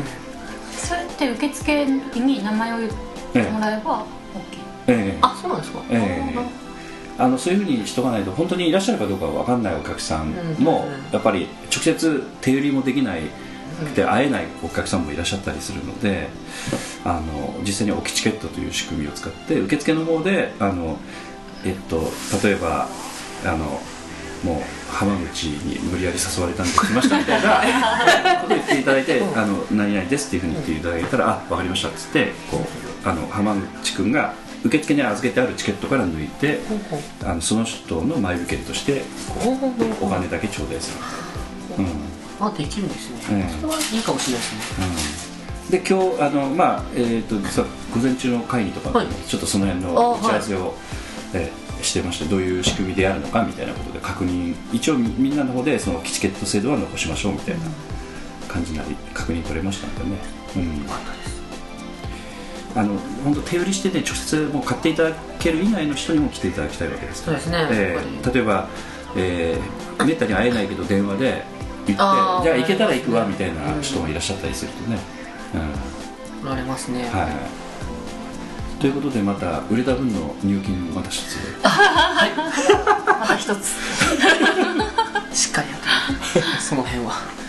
それって受付の時に名前を言ってもらえば OK、 ええ、あそうなんですか、ええ、 あのそういうふうにしとかないと本当にいらっしゃるかどうか分かんないお客さんも、うん、やっぱり直接手売りもできないくて会えないお客さんもいらっしゃったりするので、あの実際に置きチケットという仕組みを使って受付の方であのえっと、例えばあのもう浜口に無理やり誘われたんで来ましたみたいなことを言っていただいてあの何々ですっていうふうに言っていただいたら、あ分かりましたっつってこうあの浜口君が受付に預けてあるチケットから抜いてあのその人の前受けとしてこうお金だけ頂戴するみたいな、 うん、あできるんですね、うん、それはいいかもしれないですね、 うん、で今日あの、まあえー、と実は午前中の会議とか、はい、ちょっとその辺の打ち合わせを、はいえー、してまして、どういう仕組みでやるのかみたいなことで確認、一応みんなの方でそのチケット制度は残しましょうみたいな感じなり確認取れましたんでね、うん、あの本当手売りしてね直接もう買っていただける以外の人にも来ていただきたいわけです。 そうですね、 えー、例えば、えー、めったに会えないけど電話で言ってじゃあ行けたら行くわみたいな人もいらっしゃったりするとね、 うん、おられますね、 はい、ということでまた売れた分の入金また一つではいまた一つしっかりやってその辺は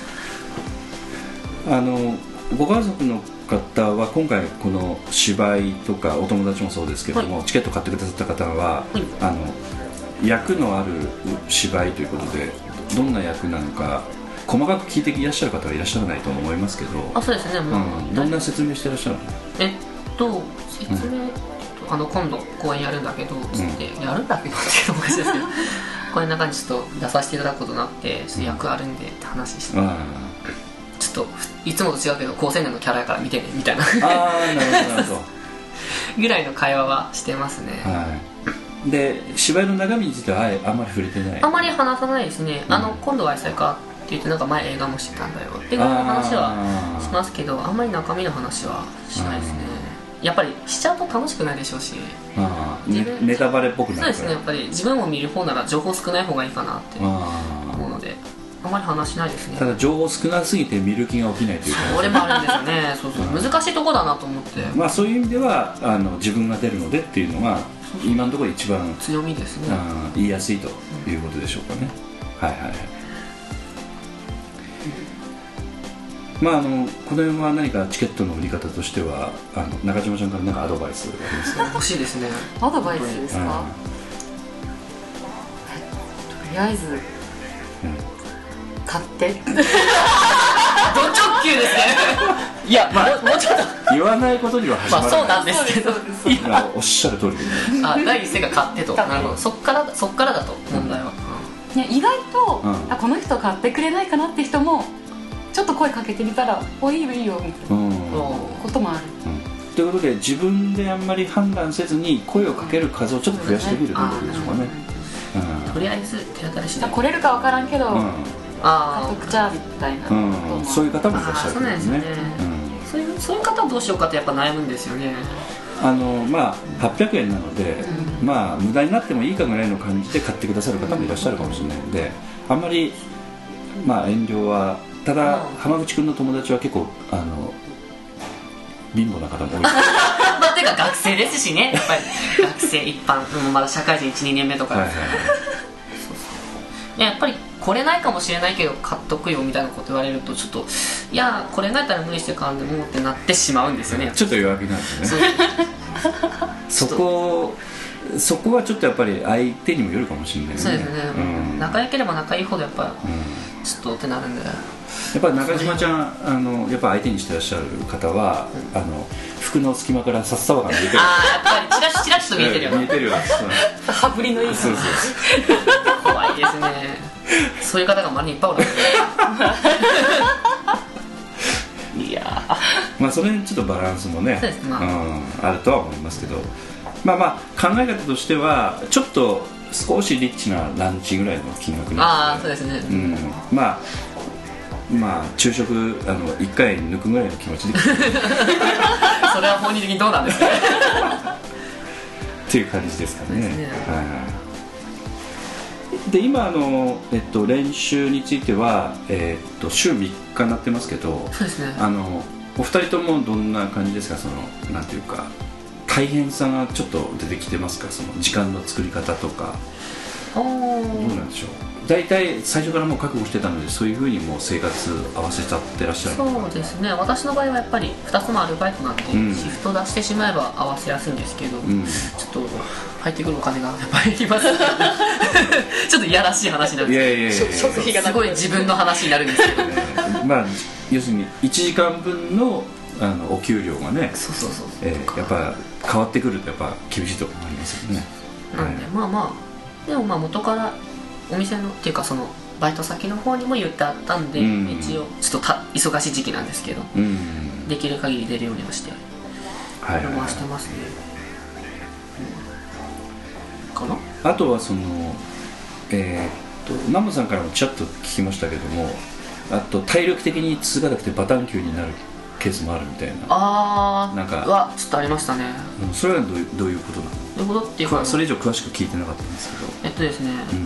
あのご家族の方は今回この芝居とかお友達もそうですけども、はい、チケット買ってくださった方は、はい、あの役のある芝居ということでどんな役なのか細かく聞いていらっしゃる方はいらっしゃらないと思いますけど、 あそうですね、まあうん、どんな説明してらっしゃるの？ えっと説明、うんあの今度公演やるんだけどつって、うん、やるんだけどっていうのもおかしいですけどこれの中にちょっと出させていただくことになってちょっと役あるんでって話して、うん、ちょっといつもと違うけど高青年のキャラやから見てねみたいなああなるほどなるほどぐらいの会話はしてますね、 はい、で芝居の中身についてはあんまり触れてない？ あんまり話さないですね、うん、あの今度は愛妻家って言ってなんか前映画もしてたんだよっていう話はしますけど あ, あんまり中身の話はしないですね。 やっぱりしちゃうと楽しくないでしょうし、 ああ、ね、ネタバレっぽくなるから。 そうですね、やっぱり自分を見る方なら情報少ない方がいいかなって思うので、あまり話しないですね。 ただ情報少なすぎて見る気が起きないというか、 それもあるんですよね。そうそう、難しいとこだなと思って、 まあそういう意味ではあの自分が出るのでっていうのが今のところ一番強みですね。 言いやすいということでしょうかね。はいはいはい。まああのこの辺は何かチケットの売り方としてはあの中島ちゃんから何かアドバイスありますか？ 欲しいですね。 アドバイスですか？とりあえず、うん、買ってド直球ですね。いや、まあ、もうちょっと言わないことには始まらない。 まあそうなんですけど、 おっしゃる通りで、ね、 あ、第一声が買ってと。なるほど、そっからそっからだと問題は、 うん、いや意外と、うん、あこの人買ってくれないかなって人もちょっと声かけてみたら「おいいよいいよ」みたいなこともある、うん、 ということで自分であんまり判断せずに声をかける数をちょっと増やしてみるということでしょうかね。 うん、とりあえず手当たりしない。 来れるか分からんけど、うん、ああ特茶みたいな、うん、 そういう方もいらっしゃるんですね。 そういうそういう方はどうしようかってやっぱ悩むんですよね。 あのまあはっぴゃくえんなので、うん、まあ無駄になってもいいかぐらいの感じで買ってくださる方もいらっしゃるかもしれないので、あんまりまあ遠慮は。ただ浜口君の友達は結構あの貧乏な方も多い。 まあていうか学生ですしね、やっぱり学生一般、うん、まだ社会人 いちにねんめとかです、はいはいはい、そうそうやっぱり来れないかもしれないけど買っとくよみたいなこと言われるとちょっといやこれがやったら無理して買うんでもってなってしまうんですよね。 ちょっと弱気なんですね。そこそこはちょっとやっぱり相手にもよるかもしれないですね。 そうですね、うん、仲良ければ仲いいほどやっぱ、うん、ちょっとってなるんで、やっぱり中島ちゃんあのやっぱ相手にしてらっしゃる方は、うん、あの服の隙間からさっさばが見えてる。 ああやっぱりチラシチラシと見えてるよね。 見えてるよ。 羽振りのいい。 そうそう怖いですね。そういう方が周りにいっぱいおるんですね。いやまあそれにちょっとバランスもね、 そうです、まあうん、 あるとは思いますけど、まあまあ考え方としてはちょっと少しリッチなランチぐらいの金額なんで、 ああそうですね、 うん、まあまあ昼食あのいっかい抜くぐらいの気持ちでそれは本人的にどうなんですかねっていう感じですかね。 ですね、 はい、で今あの、えっと、練習については、えー、っと週みっかになってますけど、 そうですね、 あのお二人ともどんな感じですか？そのなんていうか大変さがちょっと出てきてますか？その時間の作り方とかどうなんでしょう。大体最初からもう覚悟してたのでそういうふうにもう生活合わせちゃってらっしゃるのか。 そうですね、私の場合はやっぱりふたつのアルバイトなんで、うん、シフト出してしまえば合わせやすいんですけど、うん、ちょっと入ってくるお金がやっぱりいりますちょっといやらしい話になるんですけど、食費がすごい自分の話になるんですけど、ね、 まあ要するにいちじかんぶんのあのお給料がね、 そうそうそう、 えー、やっぱ変わってくるとやっぱ厳しいところもありますよね。 なんで、はい、まあまあでもまあ元からお店のっていうかそのバイト先の方にも言ってあったんで、うん、一応ちょっとた忙しい時期なんですけど、うん、できる限り出るようにはして回してますね、うん、かな。 あとはそのえー、っと南部さんからもちょっと聞きましたけども、あと体力的に続かなくてバタン級になるケースもあるみたいな。 ああなんかはちょっとありましたね、 うん、それはどういう、どういうことなの？ どういうことっていうかそれ以上詳しく聞いてなかったんですけど、 えっとですね、うん、なん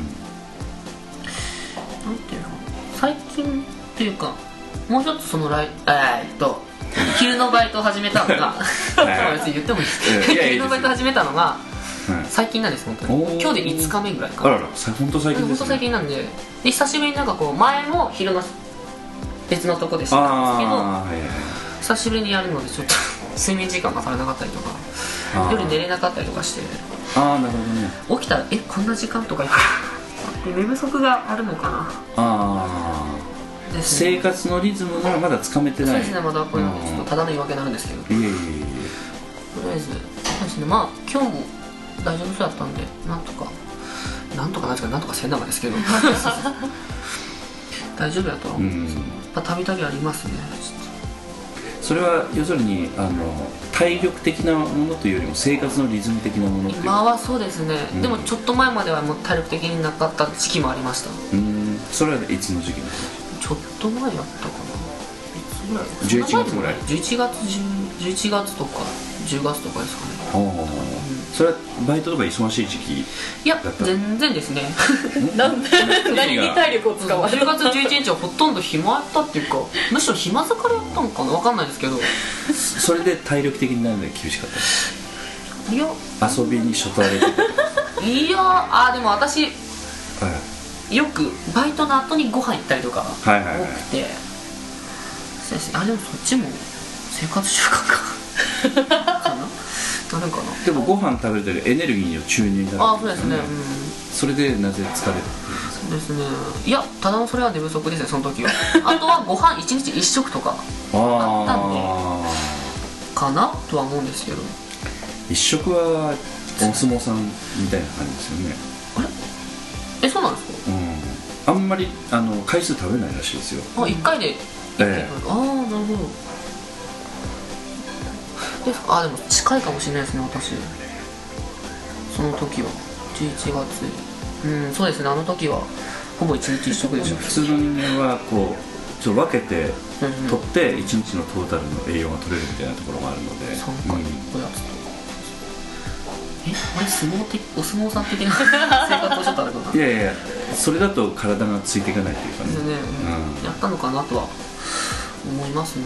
ていうの最近っていうかもうちょっとそのライえー、っと昼のバイトを始めたのが別に言ってもいいですけど昼のバイト始めたのが最近なんです本当に。今日でいつかめぐらいかな。 あらら本当最近ですね。 本当最近なんで、で久しぶりになんかこう前も昼の別のとこでしたんですけど、はいはい、久しぶりにやるのでちょっと睡眠時間が足らなかったりとか夜寝れなかったりとかして、 ああなるほどね、 起きたらえこんな時間とか言って寝不足があるのかな。 ああ、ね、生活のリズムがまだつかめてない。 そうですね、まだこれちょっとただの言い訳になるんですけど、とりあえずそうですね、まあ今日も大丈夫そうだったんでなんとかなんとかなんとかなんとかせんながですけど大丈夫だとは思うんですけど、たびたびありますね。 それは要するにあの体力的なものというよりも生活のリズム的なものっていう。 今はそうですね、うん、でもちょっと前まではもう体力的になかった時期もありました。 うん、それはいつの時期ですか？ ちょっと前やったかな。いつぐらい？ じゅういちがつぐらい。 じゅういちがつじゅういちがつとかじゅうがつとかですかね。 あ、うん、それはバイトとか忙しい時期いや全然ですねなんで何に体力を使われるじゅうがつじゅういちにちはほとんど暇やったっていうか、むしろ暇疲れやったのかな、分かんないですけどそれで体力的になるので厳しかったです。 いや遊びにしょとられてたいやあ、でも私、 はい、 よくバイトの後にご飯行ったりとか多くて、はいはいはい、あ、でもそっちも生活習慣かかななるかな。 でもご飯食べるとエネルギーの注入になるんですよね。 あ、そうですね、うん、 それでなぜ疲れるんですか。 そうですね、いやただのそれは寝不足ですね、その時はあとはご飯いちにちいっしょくとかあったんでかなとは思うんですけど、 一食はお相撲さんみたいな感じですよね。 あれえ、そうなんですか。 うん、あんまりあの回数食べないらしいですよ。 あ、いっかいで、えー、ああ、なるほどですか。あ、でも近いかもしれないですね、私その時はじゅういちがつ、うん、そうですね、あの時はほぼいちにちいっしょくでした。 普通の人間はこうちょっと分けて取っていちにちのトータルの栄養が取れるみたいなところがあるので、 さんかいおやつとか、え、あれ相撲的、お相撲さん的な生活をちょっとあるかな。 いやいや、それだと体がついていかないというかね、 ね、うん、やったのかなとは思いますね、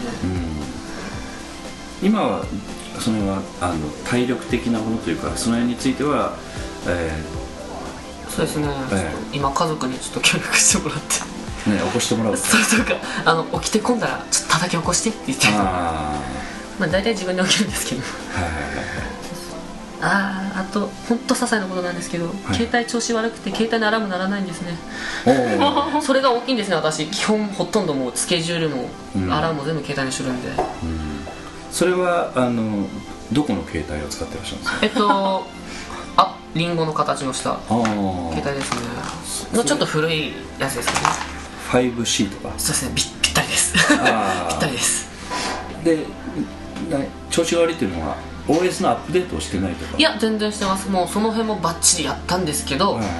うん、今はそれはあの体力的なものというか、その辺については、えー、そうですね、えー、今家族にちょっと協力してもらってね、起こしてもらうそれとか、あの起きてこんだらちょっと叩き起こしてって言って、あ、まあ大体自分で起きるんですけど、はいはいはいはい、ああ、あと本当些細なことなんですけど、はい、携帯調子悪くて携帯のアラーム鳴らないんですねそれが大きいんですね。私基本ほとんどもうスケジュールも、うん、アラームも全部携帯にするんで、うん、 それはあのどこの携帯を使ってらっしゃるんですか。 えっとあ、リンゴの形のした携帯ですね。ちょっと古いやつですね。 ファイブシー とか。 そうですね、ぴったりですぴったりです。で、 調子が悪いっていうのは オーエス のアップデートをしてないとか。 いや全然してます。もうその辺もバッチリやったんですけど、はいはい、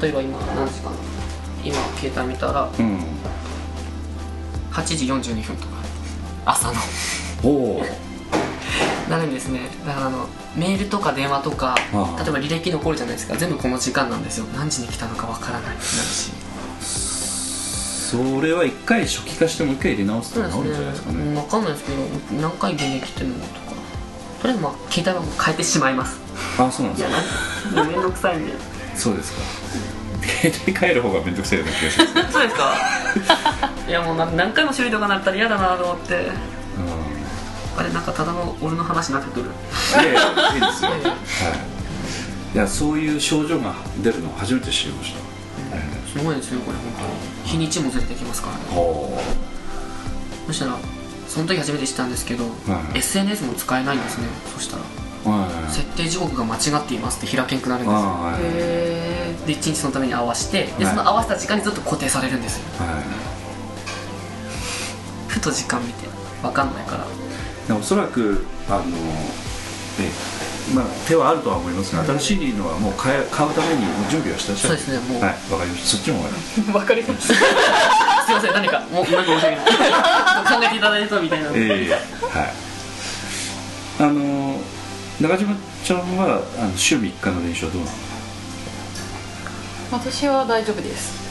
例えば今何時かな、今携帯見たら、うん、はちじよんじゅうにふんとか朝のおなるんですね。だからあのメールとか電話とか、例えば履歴残るじゃないですか、全部この時間なんですよ。何時に来たのかわからないってなるし、 それは一回初期化してもう一回入れ直すってのがあるんじゃないですかね。 分かんないですけど、何回現役っていうのとか、とりあえずまあ携帯はもう変えてしまいます。 あ、そうなんですか。 いや、めんどくさいんで。 そうですか。携帯変える方がめんどくさいような気がします、ね、 そうですかいやもう何回も修理とかなったら嫌だなと思って、うん、あれなんかただの俺の話になってくる。 いやいや、いいですよ、はい、いや、そういう症状が出るのを初めて知りました、 うん、すごいですよこれ本当に。日にちもずれてきますからね。そしたらその時初めて知ったんですけど、はいはい、エスエヌエス も使えないんですね。そしたら、はいはい、設定時刻が間違っていますって開けんくなるんですよ、はいはい、へー。でいちにちそのために合わせて、でその合わせた時間にずっと固定されるんですよ、はい、ふと時間見て分かんないから。 おそらくあの、ね、まあ、手はあるとは思いますが、新しいのはもう買え買うために準備はしたし、 そうですね、もう、 はい、分かりました。そっちの方がいい分かりましたすいません、何かもうなんか申し訳ない考えていただいたみたいな、えー、はい。 あの中島ちゃんはあの週みっかの練習はどうなの？ 私は大丈夫です。 うん、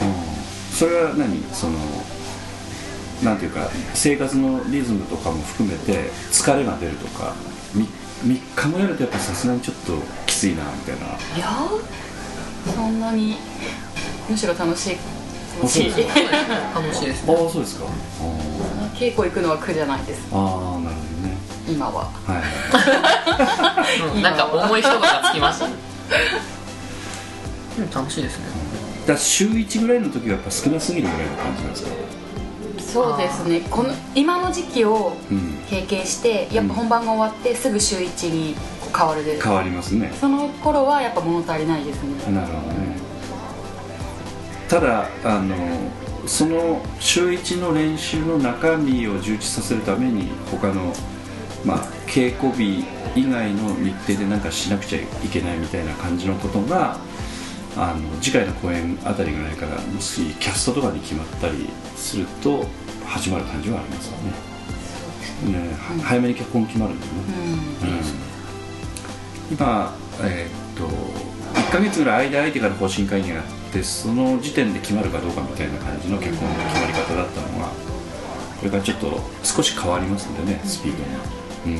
それは何、そのなんていうか生活のリズムとかも含めて疲れが出るとか、みみっかもやるとやっぱさすがにちょっときついなみたいな。 いやそんなにむしろ楽しい楽しい楽しいですね。 ああ、そうですか。 稽古行くのは苦じゃないです。 ああ、なるほどね。 今は、 はい、うん、なんか重い人がつきましたねうん、楽しいですね。 だ週いちぐらいの時はやっぱ少なすぎるぐらいの感じなんですか？ そうですね、この今の時期を経験して、うん、やっぱ本番が終わってすぐ週いちに変わるで、 変わりますね。 その頃はやっぱ物足りないですね。 なるほどね。ただあのその週いちの練習の中身を充実させるために他の、まあ、稽古日以外の日程で何かしなくちゃいけないみたいな感じのことが、あの次回の公演あたりぐらいからもしキャストとかに決まったりすると始まる感じはありますよね。 ね、うん、早めに脚本決まるんだよね、うんうん、今、えー、っといっかげつぐらい間空いてから方針会議があって、その時点で決まるかどうかみたいな感じの脚本の決まり方だったのが、これからちょっと少し変わりますんでね、スピードが、うん、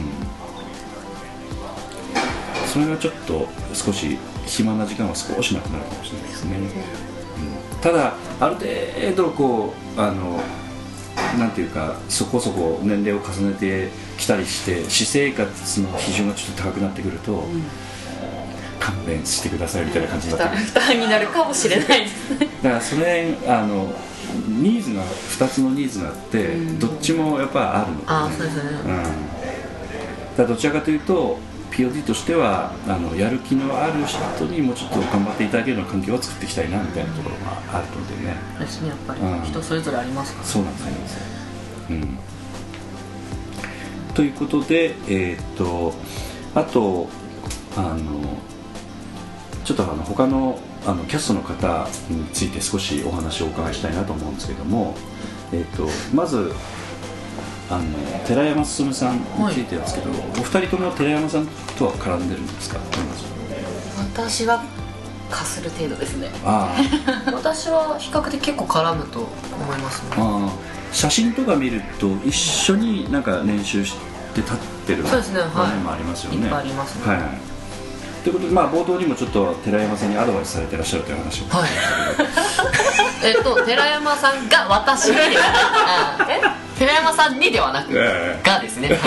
それがちょっと少し暇な時間は少しなくなるかもしれないですね、うん、ただある程度こうあのなんていうかそこそこ年齢を重ねてきたりして私生活の比重がちょっと高くなってくると、うん、勘弁してくださいみたいな感じになってくる、 負担になるかもしれないですねだからそれあのニーズがふたつのニーズがあって、うん、どっちもやっぱあるので、ね、 あそうですね、うん、だからどちらかというと ピーオーディー としてはあのやる気のある人にもちょっと頑張っていただけるような環境を作っていきたいなみたいなところがあるのでね。 そうですね、やっぱり、うん、人それぞれありますから、ね、 そうなんですね、うん、ということで、えー、っとあとあのちょっとあの他のあのキャストの方について少しお話をお伺いしたいなと思うんですけども、えー、っとまずあの寺山進さんについてですけど、はい、お二人とも寺山さんとは絡んでるんですか？ 私はかする程度ですね。 あ私は比較的結構絡むと思いますね。 あ写真とか見ると一緒になんか練習して立ってる場面もありますよね。 いっぱいありますね。 はいはい、ということで、まあ、冒頭にもちょっと寺山さんにアドバイスされてらっしゃるという話を、はい、 えっと寺山さんが私にではえ寺山さんにではなく、えー、がですね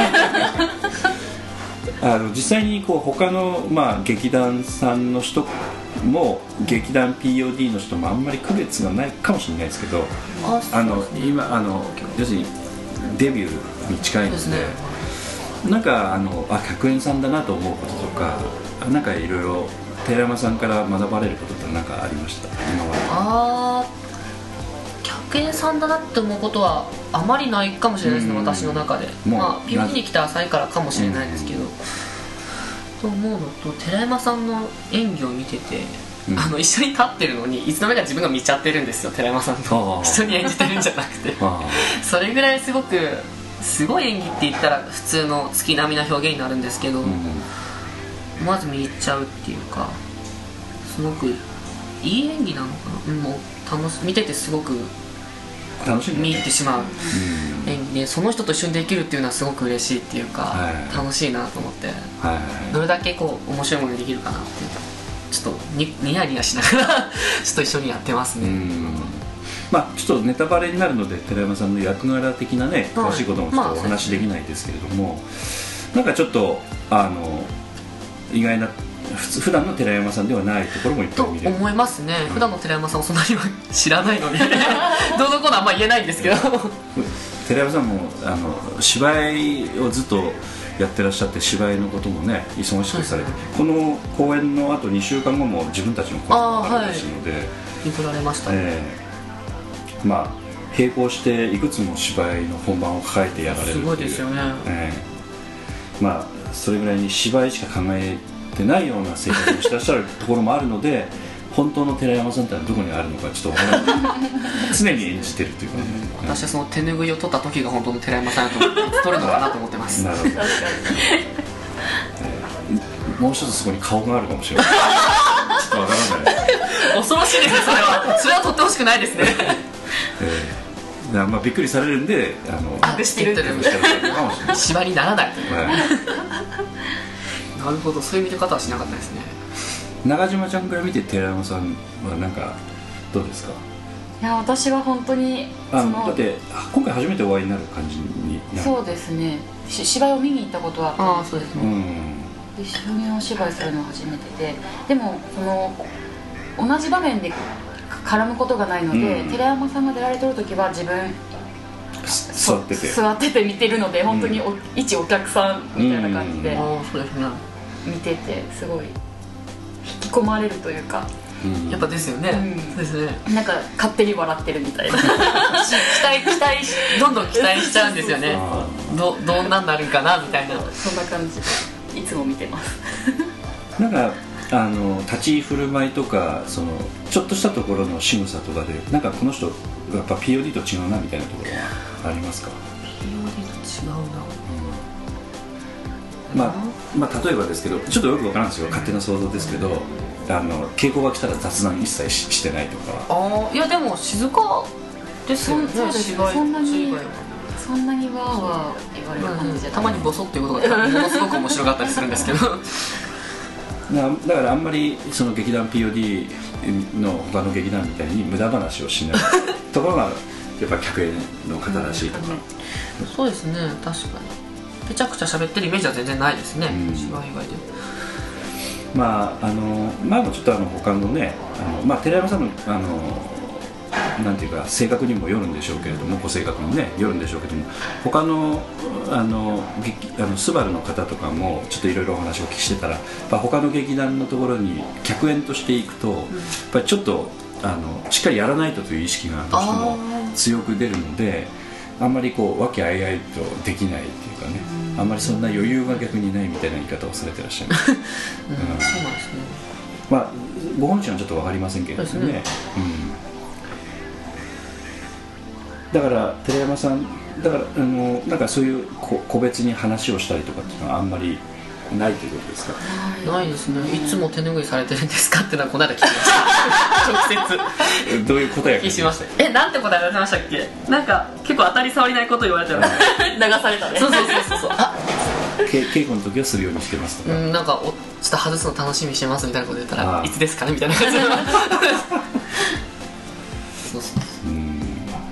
あの実際にこう他の、まあ、劇団さんの人も劇団 ピーオーディー の人もあんまり区別がないかもしれないですけど、ああの今あの要するにデビューに近いので、ね、なんかあのあ客演さんだなと思うこととか、なんかいろいろ寺山さんから学ばれることって何かありました？今まで。 あ客演さんだなって思うことはあまりないかもしれないですね、私の中で。まあ ピーオーディー に来て浅いからかもしれないですけど、と思うのと、寺山さんの演技を見てて、うん、あの一緒に立ってるのにいつの間にか自分が見ちゃってるんですよ、寺山さんと一緒に演じてるんじゃなくてそれぐらいすごくすごい演技って言ったら普通の月並みな表現になるんですけど、うん、まず見入っちゃうっていうか、すごくいい演技なのかな、もう楽し見ててすごく楽しい、ね、 見入ってしまう演技で、その人と一緒にできるっていうのはすごく嬉しいっていうか、はい、楽しいなと思って、はい、どれだけこう面白いものにできるかなってちょっとにニヤニヤしながらちょっと一緒にやってますね。うん、 まあ、ちょっとネタバレになるので寺山さんの役柄的なね詳しいこともちょっとお話しできないですけれども、まあ、なんかちょっとあの意外な普段の寺山さんではないところもいっぱい見れると思いますね、うん、普段の寺山さんをそんなには知らないのでどうのこうのあんま言えないんですけど寺山さんもあの芝居をずっとやってらっしゃって、芝居のこともね忙しくされて、この公演のあとにしゅうかんごも自分たちの公演があるらしいので見とられましたね、えー、まあ並行していくつも芝居の本番を抱えてやられるっていう、 すごいですよね、 えー、まあそれぐらいに芝居しか考えてないような生活をしてらっしゃるところもあるので本当の寺山さんってのはどこにあるのかちょっと分からない常に演じてるというか、ね、 うん、私はその手拭いを取った時が本当の寺山さんだと思って取るのかなと思ってます。なるほど確かに、 えー、もう一つそこに顔があるかもしれないちょっと分からない恐ろしいですね、それはそれは取ってほしくないですね、 えーまあ、びっくりされるんであの隠してるって芝居にならないという、はいなるほど、そういう見方はしなかったですね。 中島ちゃんから見て寺山さんはなんかどうですか？ いや私は本当にあのだって今回初めてお会いになる感じになる。 そうですね、芝居を見に行ったことはあったんですけど、 うん、 で一緒にお芝居するのは初めてで、でもその同じ場面で絡むことがないので、うん、寺山さんが出られてる時は自分座ってて座ってて見てるので、本当にお、うん、一お客さんみたいな感じで見ててすごい引き込まれるというか、 うん、やっぱですよね、うん、ですね、 なんか勝手に笑ってるみたいな期待期待しどんどん期待しちゃうんですよねど, どんなんなるかなみたいな、 そんな感じでいつも見てますなんかあの立ち居振る舞いとかそのちょっとしたところの仕草とかでなんかこの人やっぱ ピーオーディー と違うなみたいなところはありますか？ ピーオーディー と違うな、 うん、まあ、まあ例えばですけどちょっとよくわからんですよ、勝手な想像ですけど、あの稽古が来たら雑談一切 し, してないとか。 ああ、いやでも静かですよね。 そうです。そんなにそんなにわーわー言われる感じじゃ、 うん、たまにボソっていうことがものすごく面白かったりするんですけどなだからあんまりその劇団 ピーオーディー の他の劇団みたいに無駄話をしないところがやっぱ客演の方らしいとか、 うん、そうですね、確かにぺちゃくちゃ喋ってるイメージは全然ないですね、うん、芝居以外で。 まああの前もちょっとあの他のね、あのまあ寺山さんのあのなんていうか性格にもよるんでしょうけれども、ご性格にねよるんでしょうけども、他のあのあのスバルの方とかもちょっといろいろお話をお聞きしてたら、やっぱ他の劇団のところに客演としていくと、うん、やっぱりちょっとあのしっかりやらないとという意識がどうしても強く出るので、あんまりこう和気あいあいとできないっていうかね、うん、あんまりそんな余裕が逆にないみたいな言い方をされてらっしゃる、うんうん、 そうなんですね。 まあご本心はちょっと分かりませんけれどもね、だから寺山さんだからあのなんかそういうこ個別に話をしたりとかっていうのはあんまりないということですか？ ないですね。いつも手拭いされてるんですかってのはこの間聞きました直接どういう答え聞きました。え、なんて答えられましたっけ？なんか結構当たり障りないこと言われてる流されたね。 そうそうそうそうあ稽古の時はするようにしてますとか、 うん、なんかおちょっと外すの楽しみにしてますみたいなこと言ったらいつですかねみたいな感じでそうそうそう、うん、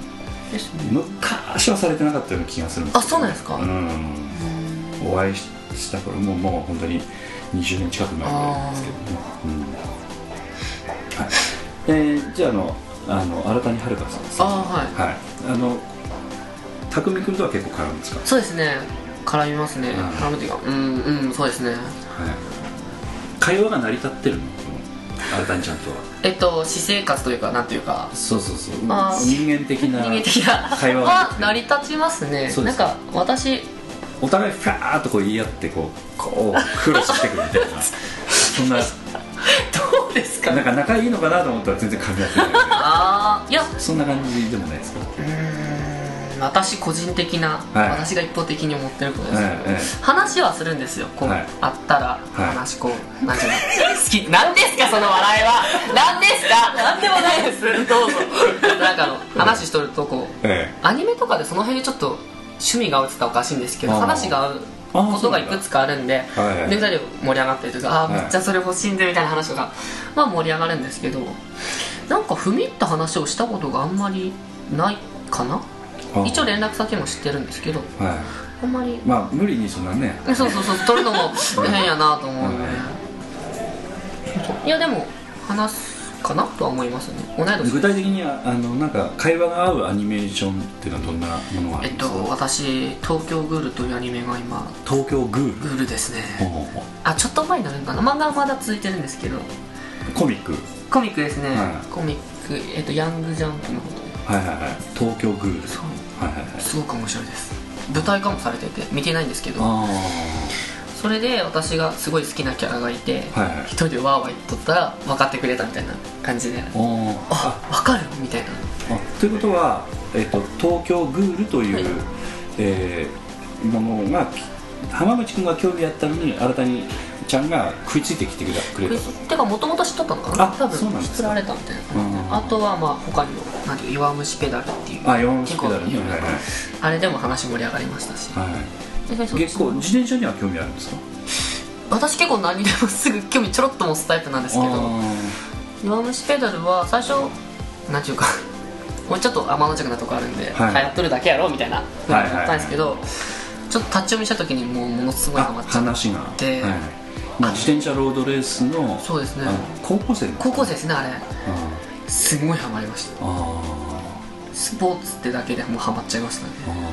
昔はされてなかったような気がするんですけど。 あ、そうなんですか？うん、 お会いした頃ももう本当ににじゅうねん近く前ぐらいですけどね、うん、はい。えー、じゃああのあの新谷遥さんですね。 あ、はい、 はい、あの匠君とは結構絡むんですか？ そうですね、絡みますね。絡むというか、うんうん、そうですね、はい、 会話が成り立ってるの新谷ちゃんとは。えっと私生活というかなんていうか、 そうそうそう、人間的な人間的な会話は成り立ちますね。なんか私お互いファーッとこう言い合ってこうこうクロスしてくるみたいなそんなどうですか、 なんか仲いいのかなと思ったら全然噛み合ってないみたいな。 ああ、いやそんな感じでもないですか？ うーん、私個人的な、はい、私が一方的に思ってることですけど、はいはい、話はするんですよ。こう、はい、会ったら話こう、はい、なんていうの好きなんですかその笑いはなんですか？なんでもないですどうぞなんかあの話しとるとこう、ええ、アニメとかでその辺にちょっと趣味が合うって言ったらおかしいんですけど、話が合うことがいくつかあるんで、はいはい、でふたりで盛り上がったりとか、ああ、めっちゃそれ欲しいんでみたいな話とか、まあ盛り上がるんですけど、なんか踏み入った話をしたことがあんまりないかな。一応連絡先も知ってるんですけど、はい、あんまりまあ無理にそんなねそうそうそう取るのも変やなと思うんで、いやでも話すかなとは思いますね。同い年。 具体的にはあのなんか会話が合うアニメーションっていうのはどんなものがあるんですか？ えっと私東京グールというアニメが今東京グールグールですね。ほうほうほう、あ、ちょっと前になるのかな。漫画はまだ続いてるんですけど、 コミックコミックですね、 はい、 コミック、えっとヤングジャンプのことはいはいはい、東京グール、 そう、 はいはいはい、 すごく面白いです。舞台化もされてて見てないんですけど、あ、それで私がすごい好きなキャラがいて、はいはい、一人でワーワー言っとったら分かってくれたみたいな感じで、あ、分かるみたいな。 あ、ということは、えー、と東京グールという、はい、えー、ものが浜口君が興味あったのに新谷ちゃんが食いついてきてくれたと。 てかもともと知っとったのかな。多分作られたみたいな感じで、あとはまあ他にもなんていう弱虫ペダルっていう、 あ、弱虫ペダルね、はいはい、 あれでも話盛り上がりましたし、はい、 結構自転車には興味あるんですか？ 私結構何でもすぐ興味ちょろっと持つタイプなんですけど、弱虫ペダルは最初なんていうかもうちょっと天の弱なとこあるんで、はい、流行っとるだけやろみたいなふうに思ったんですけど、はいはいはい、ちょっと立ち読みした時にもうものすごいハマっちゃって、話が、はい、 まあ、自転車ロードレースの、 そうですね、 高校生高校生ですね、あれ、すごいハマりました。あ、スポーツってだけでもうハマっちゃいましたね。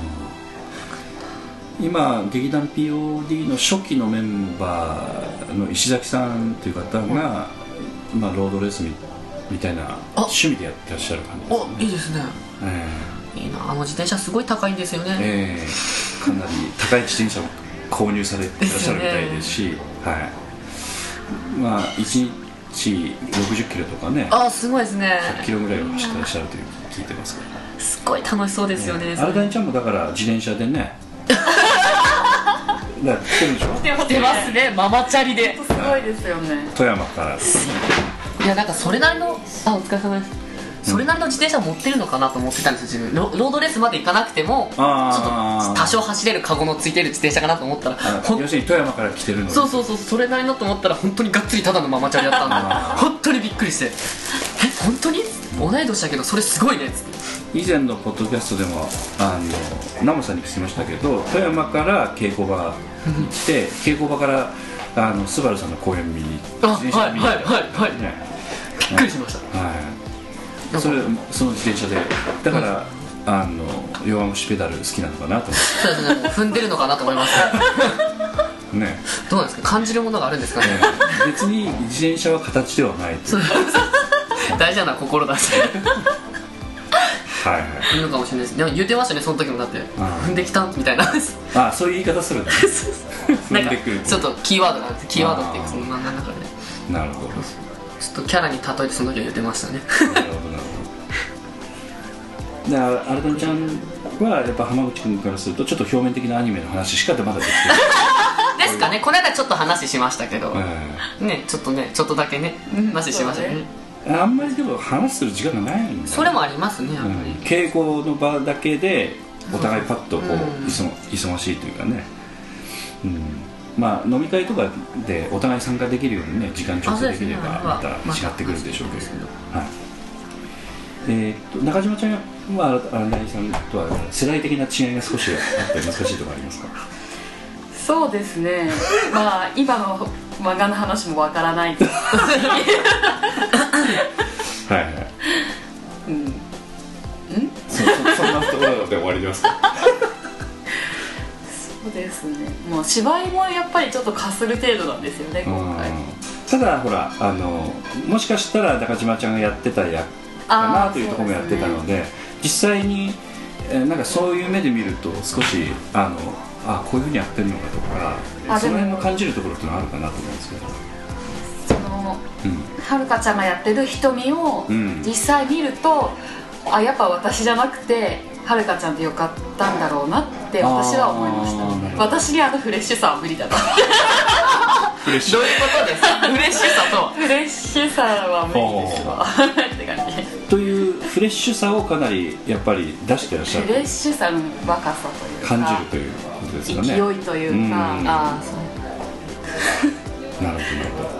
今劇団 ピーオーディー の初期のメンバーの石崎さんという方が、うん、まあ、ロードレース み, みたいな趣味でやってらっしゃる感じですね。 お、いいですね、えー、いいな。あの自転車すごい高いんですよね、 えー、かなり高い自転車を購入されていらっしゃるみたいですし、ね、はい、まあいちにちろくじゅっキロとかね、 あ、すごいですね、 ひゃっキロぐらいを走ってらっしゃるということで聞いてますから。 すごい楽しそうですよね。 アルダニちゃんもだから自転車でねだから来てるでしょ。 来てますね、ママチャリで。 すごいですよね。 富山から。 いやなんかそれなりの、あ、お疲れ様です。それなりの自転車を持ってるのかなと思ってたんですよ自分。 ロ, ロードレースまで行かなくてもちょっと多少走れるカゴのついてる自転車かなと思ったら、 要するに富山から来てるの。 そうそうそう、それなりのと思ったら本当にがっつりただのママチャリだったんで本当にびっくりして、え本当に同い年だけどそれすごいねっつって。 以前のポッドキャストでもあのナモさんに聞きましたけど、富山から稽古場行って稽古場からあのスバルさんの公演見に自転車見に行った、はいはいはいはい、ね、びっくりしました、 はい、それその自転車でだから、うん、あの弱虫ペダル好きなのかなと思って。 そうですね、もう踏んでるのかなと思いますねね、どうなんですか、感じるものがあるんですかね。 別に自転車は形ではない大事なのは心だしはいはい、 いいのかもしれないです。でも言ってましたね、その時も。だって踏んできたみたいなあ、そういう言い方するんだなんかちょっとキーワードがあってキーワードっていうかその漫画の中で、 なるほど、 ちょっとキャラに例えてその時は言ってましたね。 なるほどなるほど。だからアルダンちゃんはやっぱ浜口君からするとちょっと表面的なアニメの話しかまだできてないですかね。この間ちょっと話しましたけど、うん、ね、ちょっとね、ちょっとだけね、話しましたね。 あんまりでも話する時間がないんだ、ね、 それもありますね、やっぱり、うん、 稽古の場だけでお互いパッとこう、うん、忙しいというかね、うん、まあ飲み会とかでお互い参加できるようにね時間調整できればまた違ってくるでしょうけど、はい、えー、っと中島ちゃんは荒谷さんとは世代的な違いが少しあって難しいところありますか？ そうですね、まあ今の漫画の話もわからないですはいはい、うん、んそ, そ, そんなところで終わりますか？ そうですね、もう芝居もやっぱりちょっとかする程度なんですよね今回。 ただほらあのもしかしたら中島ちゃんがやってた役かなというところもやってたの で, で、ね、実際に、えー、なんかそういう目で見ると少しあのあこういうふうにやってるのかとかその辺の感じるところっていうのはあるかなと思うんですけど、 その、うん、はるかちゃんがやってる瞳を実際見ると、うん、あやっぱ私じゃなくてはるかちゃんでよかったんだろうなって私は思いました。私にあのフレッシュさは無理だなフレッシュどういうことですか？フレッシュさとはフレッシュさは無理ですわって感じというフレッシュさをかなりやっぱり出してらっしゃる。 フレッシュさの若さというか感じるということですかね。 勢いというか、うん、あそうなるほどなるほど。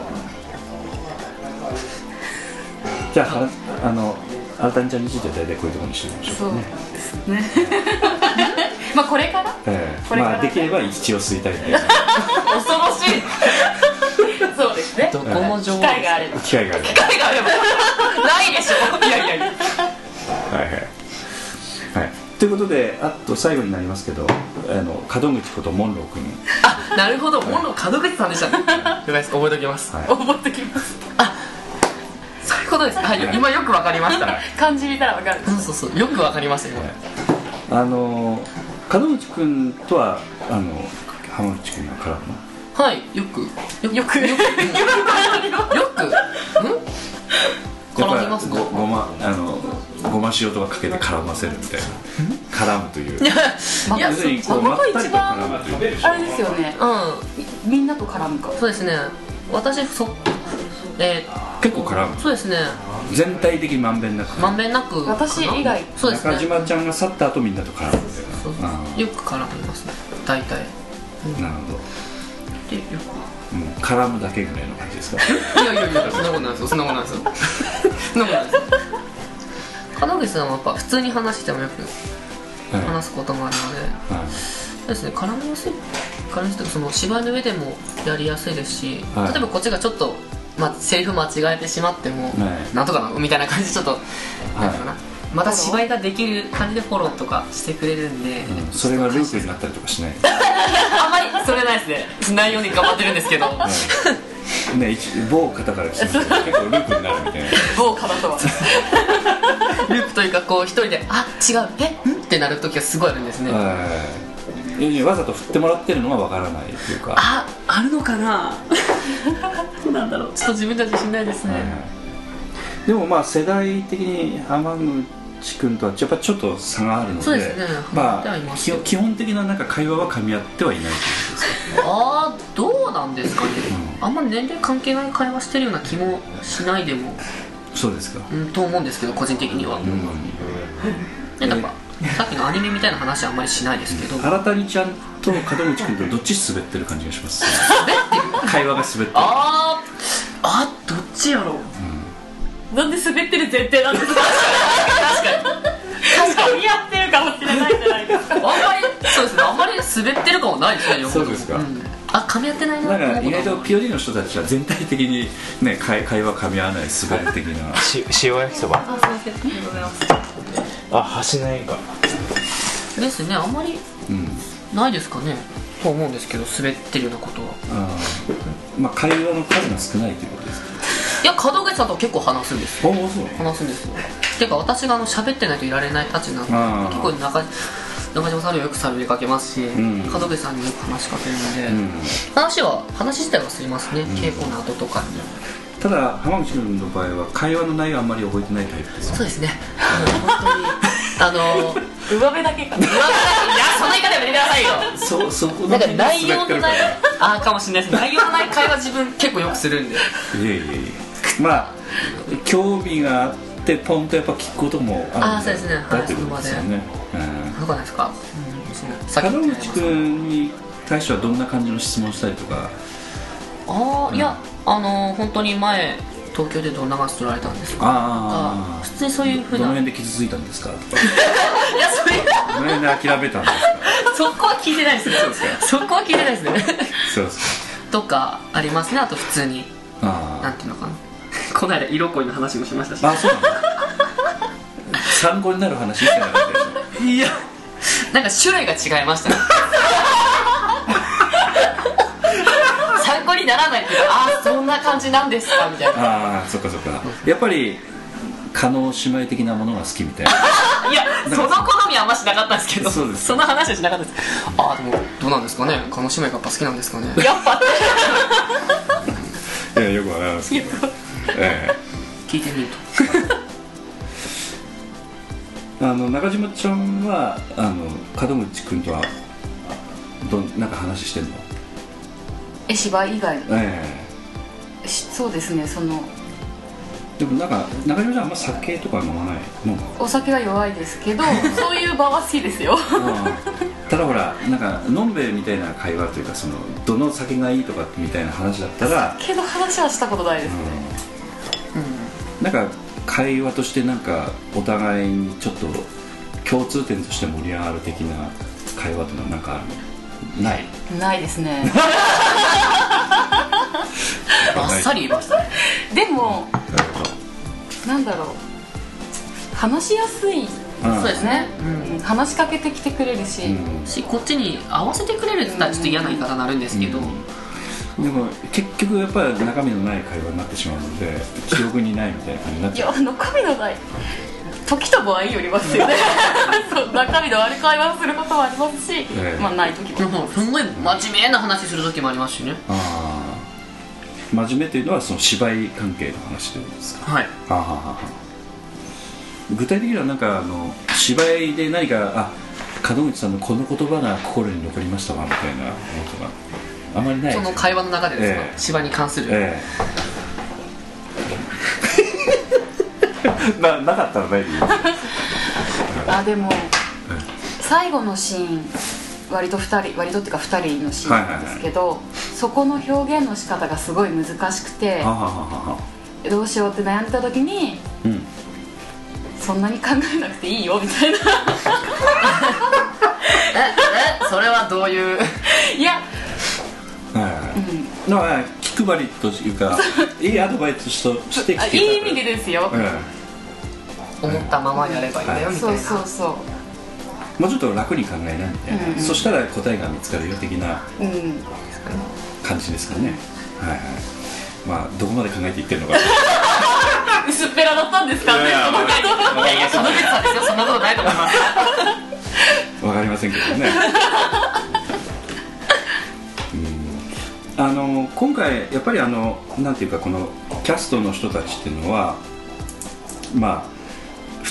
じゃああのあらたにちゃんについては大体こういうところにしてみましょうかね。 そうですねまあこれから、 えー、これからね、まあ、できれば一応吸いたいんで恐ろしいそうですね、 どこも上手、 機会があれば機会があれば機会があればないでしょいやいやいやはいはい、はい、ということであと最後になりますけどあの門口ことモンロー君。 あ、なるほど、モンロー門口さんでしたね覚えておきます、 はい、覚えておきます。 あ、そういうことですか。今よくわかりました漢字見たらわかる。 そうそうそう、よくわかりましたよ、はい、 あの門口君とはあの浜口君が絡むの？ はい、よくよくよくよくよく絡みますか？ ごごまあのごま塩とかかけて絡ませるみたいな絡むといういや要するにこうまったりと絡むというあれですよね、うん、みんなと絡むか。 そうですね、私そえー、結構絡む。 そうですね、 全体的にまんべんなくまんべんなく私以外そうですね、 中島ちゃんが去った後みんなと絡むんだよな。 そうそうそう、よく絡みますね大体、 うん、なるほど。 でよく、 うん、絡むだけぐらいの感じですか？ いやいやいや、そんなことないですよ、そんなことないですよそんなことないですよ。門口さんはやっぱ普通に話してもよく話すこともあるので、はいはい、そうですね、絡みやすい絡みやすい、その芝居の上でもやりやすいですし、はい、例えばこっちがちょっと、まあ、セリフ間違えてしまっても、はい、なんとかなみたいな感じでちょっと、はい、なんていうかな、また芝居ができる感じでフォローとかしてくれるんで、 うん、それがループになったりとかしないあんまりそれないですね、内容に頑張ってるんですけど、はい、 ね、某方から来てますけど結構ループになるみたいな某方とはループというかこう一人であ違うえんってなる時がすごいあるんですね。 わざと振ってもらってるのがわからないというか、 あ、あるのかなどうなんだろう、ちょっと自分じゃ自信ないですね、 はい、でもまあ世代的に浜内くんとはやっぱちょっと差があるので、 そうですね、 まあ、基本的ななんか会話は噛み合ってはいないということですか。 ああ、どうなんですかね、うん、あんまり年齢関係ない会話してるような気もしないでも。 そうですか、 うん、と思うんですけど、個人的には、うん、でなんか、えー、さっきのアニメみたいな話はあんまりしないですけど、 新谷ちゃんと門口君とどっち滑ってる感じがします滑ってる会話が滑ってる。 あーあ、どっちやろう、うん、なんで滑ってる前提なんですか確かに確かにやってるかもしれないじゃないですかあんまり、そうですね、あんまり滑ってるかもないですね。 そうですか、うん、 あ、噛み合ってないな。 なんか意外と ピーオーディー の人たちは全体的に、ね、会, 会話噛み合わない滑る的なし塩焼きそば、 あ、すいません、ありがとうございます。 あ、橋の映画ですね、あんまりないですかね、うん、と思うんですけど、滑ってるようなことは。 あ、まあ、会話の数が少ないということですか。 いや、門口さんと結構話すんですよ。 そう話すんですよ。ていうか、私があの喋ってないといられないたちなんで、結構中中島さんにはよく喋りかけますし、うん、門口さんによく話しかけるので、うん、話は話自体はすりますね、うん、稽古の後とかに。 ただ浜口君の場合は会話の内容あんまり覚えてないタイプですよね。 そうですね、本当にあのー、上辺だけかな、上辺だけ、いや、そんな言い方やめてくださいよそ, そこなんか内容のないあかもしれないです。内容のない会話自分結構よくするんで。いえいえいえ、まあ興味があってポンとやっぱ聞くこともあるんだ。 あ、そうですね、 はい、ということですよね。 どうなんですか、 門口君に対してはどんな感じの質問したりとか。 ああ、うん、いや、あのー、本当に前東京でどんな話取られたんですか。ああ、普通にそういうふうな。 どの辺で傷ついたんですか。いや、それどの辺で諦めたんですか。 そこは聞いてないですね。そうですか。そこは聞いてないですね。 そうですか。 とかありますね。あと普通になんていうのかな、この間色恋の話もしましたし。 あ、そうなんだ。参考になる話してなかったでしょ。 いや、なんか種類が違いましたね。参考にならないっていうか、ああ、そんな感じなんですかみたいな。 ああ、そっかそっか。やっぱり叶姉妹的なものが好きみたいな。 いや、その好みはあんましなかったんですけど、 そうです、 その話はしなかったです。ああ、でもどうなんですかね、叶姉妹がやっぱ好きなんですかね。やっぱいや、よくわかりますけど、ええ、 聞いてみるとあの中島ちゃんはあの門口君とはどなんか話してんの。 え、芝居以外の、 ええ、そうですね、そのでもなんか中島ちゃんあんま酒とか飲まないの。 お酒は弱いですけどそういう場は好きですよ。 ただほら、なんかのんべえみたいな会話というか、そのどの酒がいいとかみたいな話だったらけど話はしたことないですね、 うんうん、なんか会話としてなんかお互いにちょっと共通点として盛り上がる的な会話というのはなんかあるの。ないないですね。 あっさり言いましたね。 でもなんだろう、話しやすい。 そうですね、 うん、話しかけてきてくれるし、 うん、しこっちに合わせてくれるって言ったらちょっと嫌な言い方になるんですけど、 うん、でも結局やっぱり中身のない会話になってしまうので記憶にないみたいな感じになっちゃう。 いや、中身のない時と場合よりますよね。そう、中身のある会話をすることもありますし、えー、まあない時もすごい真面目な話する時もありますしね。 ああ、真面目というのはその芝居関係の話ということですか。 はい。 はははは。具体的にはなんかあの芝居で何か、あ、門口さんのこの言葉が心に残りましたわみたいなことがあまりないですか。 その会話の中でですか、えー、芝居に関する、えー、な, なかったらないでいい。 あ、でも、最後のシーン割とふたり、割とっていうかふたりのシーンなんですけど、はいはいはい、そこの表現の仕方がすごい難しくて、ははははどうしようって悩んでた時に、うん、そんなに考えなくていいよみたいな。 ええ、それはどういういや、 うん、なんか気配りというかいいアドバイスしてきて、 いい意味でですよ、 うん、思ったままやればいいんだよみたいな。 そうそうそう、 もうちょっと楽に考えなみたいな、うんうん、そしたら答えが見つかるよ的な感じですかね、うん、はいはい。まあどこまで考えていってるのか薄っぺらだったんですかね。いやいや、門口さんですよ、そんなことないと思います。 わかりませんけどね。うん、あの今回やっぱりあのなんていうか、このキャストの人たちっていうのはまあ普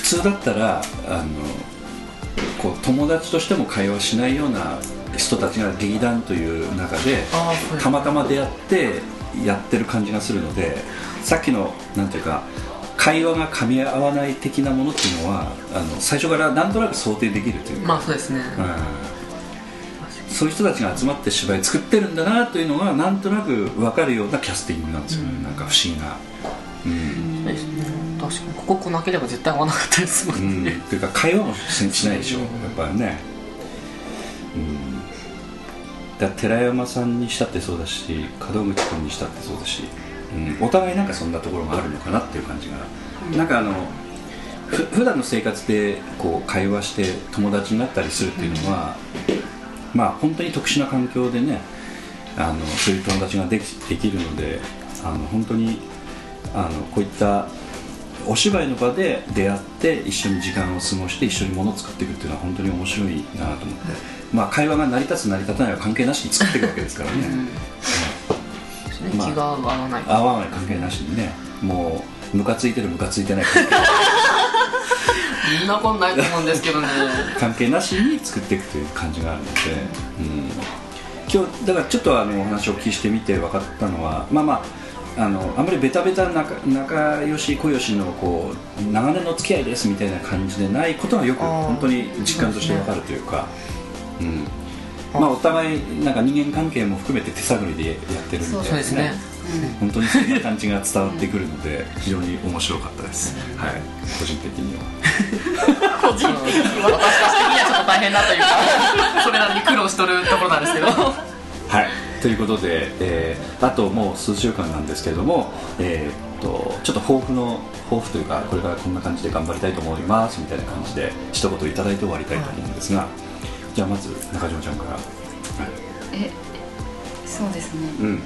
通だったらあのこう友達としても会話しないような人たちが劇団という中でたまたま出会ってやってる感じがするので、さっきのなんていうか会話が噛み合わない的なものっていうのはあの最初からなんとなく想定できるというか、 まあそうですね、 うん、そういう人たちが集まって芝居作ってるんだなというのがなんとなく分かるようなキャスティングなんですよね、うん、なんか不思議な、うん、 そうですね、確かにここ来なければ絶対合わなかったですもんね、 うん、というか会話もしないでしょ、やっぱりね、うん、だ寺山さんにしたってそうだし門口君にしたってそうだし、うん、お互いなんかそんなところがあるのかなっていう感じが、うん、なんかあのふ普段の生活でこう会話して友達になったりするっていうのは、うん、まあ本当に特殊な環境でねあのそういう友達ができ、できるのであの本当にあのこういったお芝居の場で出会って一緒に時間を過ごして一緒に物を作っていくっていうのは本当に面白いなと思って、まあ、会話が成り立つ成り立たないは関係なしに作っていくわけですからね、 うん、まあ、気が合う合わない合わない関係なしにね、もうムカついてるムカついてない関係みんなこんないと思うんですけどね関係なしに作っていくという感じがあるので、うん、今日だからちょっとあのお話をお聞きしてみて分かったのは、まあまああのあんまりベタベタ仲仲良し小良しのこう長年の付き合いですみたいな感じでないことがよく本当に実感として分かるというか、うん、まあお互いなんか人間関係も含めて手探りでやってるみたいな、ね、そうですね、うん、本当にそんな感じが伝わってくるので非常に面白かったです、はい、個人的には個人的には私たち的にはちょっと大変だというかそれなりに苦労しとるところなんですけどはい、ということで、えー、あともう数週間なんですけれども、えー、っとちょっと抱負の抱負というかこれからこんな感じで頑張りたいと思いますみたいな感じで一言いただいて終わりたいと思うんですが、はい、じゃあまず中島ちゃんから、はい、 えそうですね、 うん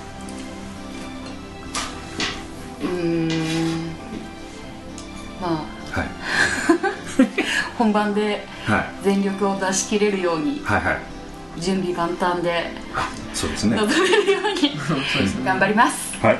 うーんまあ、 はい、 本番で全力を出し切れるように、 はいはい、 準備万端でそうですね、 臨めるように頑張ります。 はい。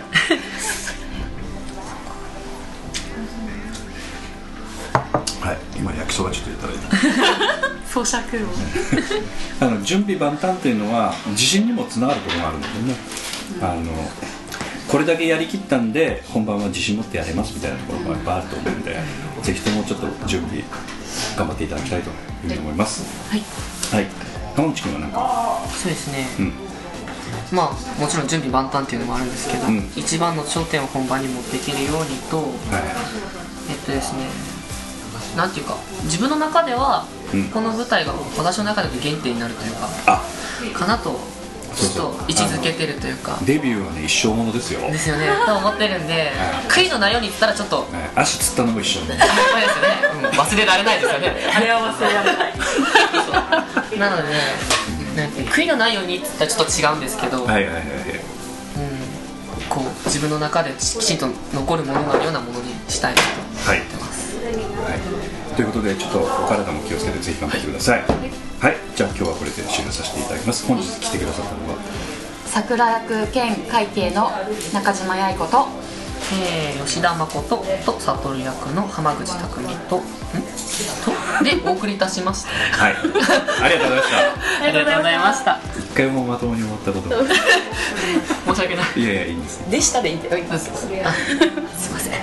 はい、今焼きそばちょっといただいて。 咀嚼を。 あの準備万端というのは自信にもつながることがあるのでね。うん、あのこれだけやりきったんで本番は自信持ってやれますみたいなところがやっぱあると思うんで、うん、ぜひともちょっと準備頑張っていただきたいというふうに思います。 はい。 はい。浜口君は何か。 そうですね。 うん。 まあもちろん準備万端っていうのもあるんですけど、うん、一番の頂点を本番に持っていけるようにと、はい、えっとですね、なんていうか自分の中では、うん、この舞台が私の中での原点になるというか、あかなとちょっと位置づけてるというか、 デビューはね一生ものですよ。 ですよねと思ってるんで、悔いのないように言ったらちょっと、 ね、足つったのも一緒ね。 そうですよね、うん、忘れられないですよね。あれは忘れられない。なので。なんか悔いのないようにって言ったらちょっと違うんですけど、はいはいはい、うん、こう自分の中できちんと残るものがあるようなものにしたいなと思ってます、はいはい、 ということでちょっとお体も気をつけてぜひ頑張ってください。はい、はい、じゃあ今日はこれで終了させていただきます。本日来てくださったのは桜役兼会計の中島八重子と、 えー、吉田誠と悟役の浜口匠とんとでお送りいたしました。 はい、ありがとうございました。 ありがとうございました。 一回もまともに終わったことない。 申し訳ない。 いやいやいいんです。 でしたでいいんだよ。すいません。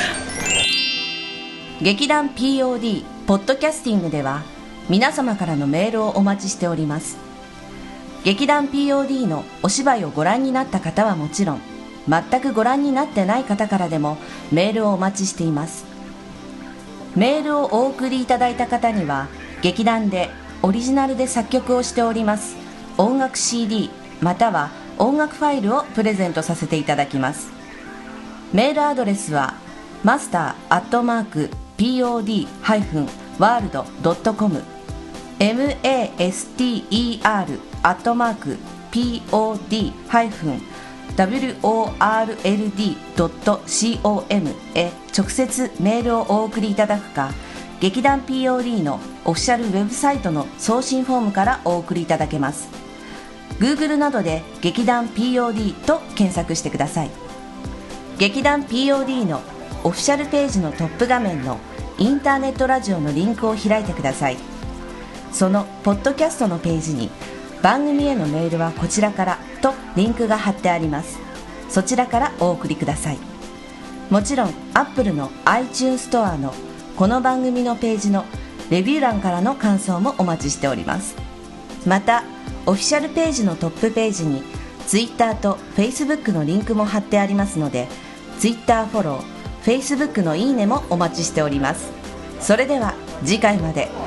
劇団 ピーオーディー ポッドキャスティングでは皆様からのメールをお待ちしております。劇団 ピーオーディー のお芝居をご覧になった方はもちろん、全くご覧になってない方からでもメールをお待ちしています。メールをお送りいただいた方には劇団でオリジナルで作曲をしております音楽 シーディー または音楽ファイルをプレゼントさせていただきます。メールアドレスはマスターアットマーク ピーオーディー ハイフン ワールド ドット コム マスター アットマーク ピーオーディー ハイフンワールド ドット コム へ直接メールをお送りいただくか、劇団 ピーオーディー のオフィシャルウェブサイトの送信フォームからお送りいただけます。 Google などで劇団 ピーオーディー と検索してください。劇団 ピーオーディー のオフィシャルページのトップ画面のインターネットラジオのリンクを開いてください。そのポッドキャストのページに番組へのメールはこちらからとリンクが貼ってあります。そちらからお送りください。もちろん Apple の iTunes ストアのこの番組のページのレビュー欄からの感想もお待ちしております。またオフィシャルページのトップページに Twitter と Facebook のリンクも貼ってありますので、 Twitter フォロー、 Facebook のいいねもお待ちしております。それでは次回まで。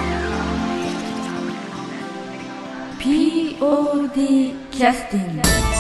ピーオーディー キャスティング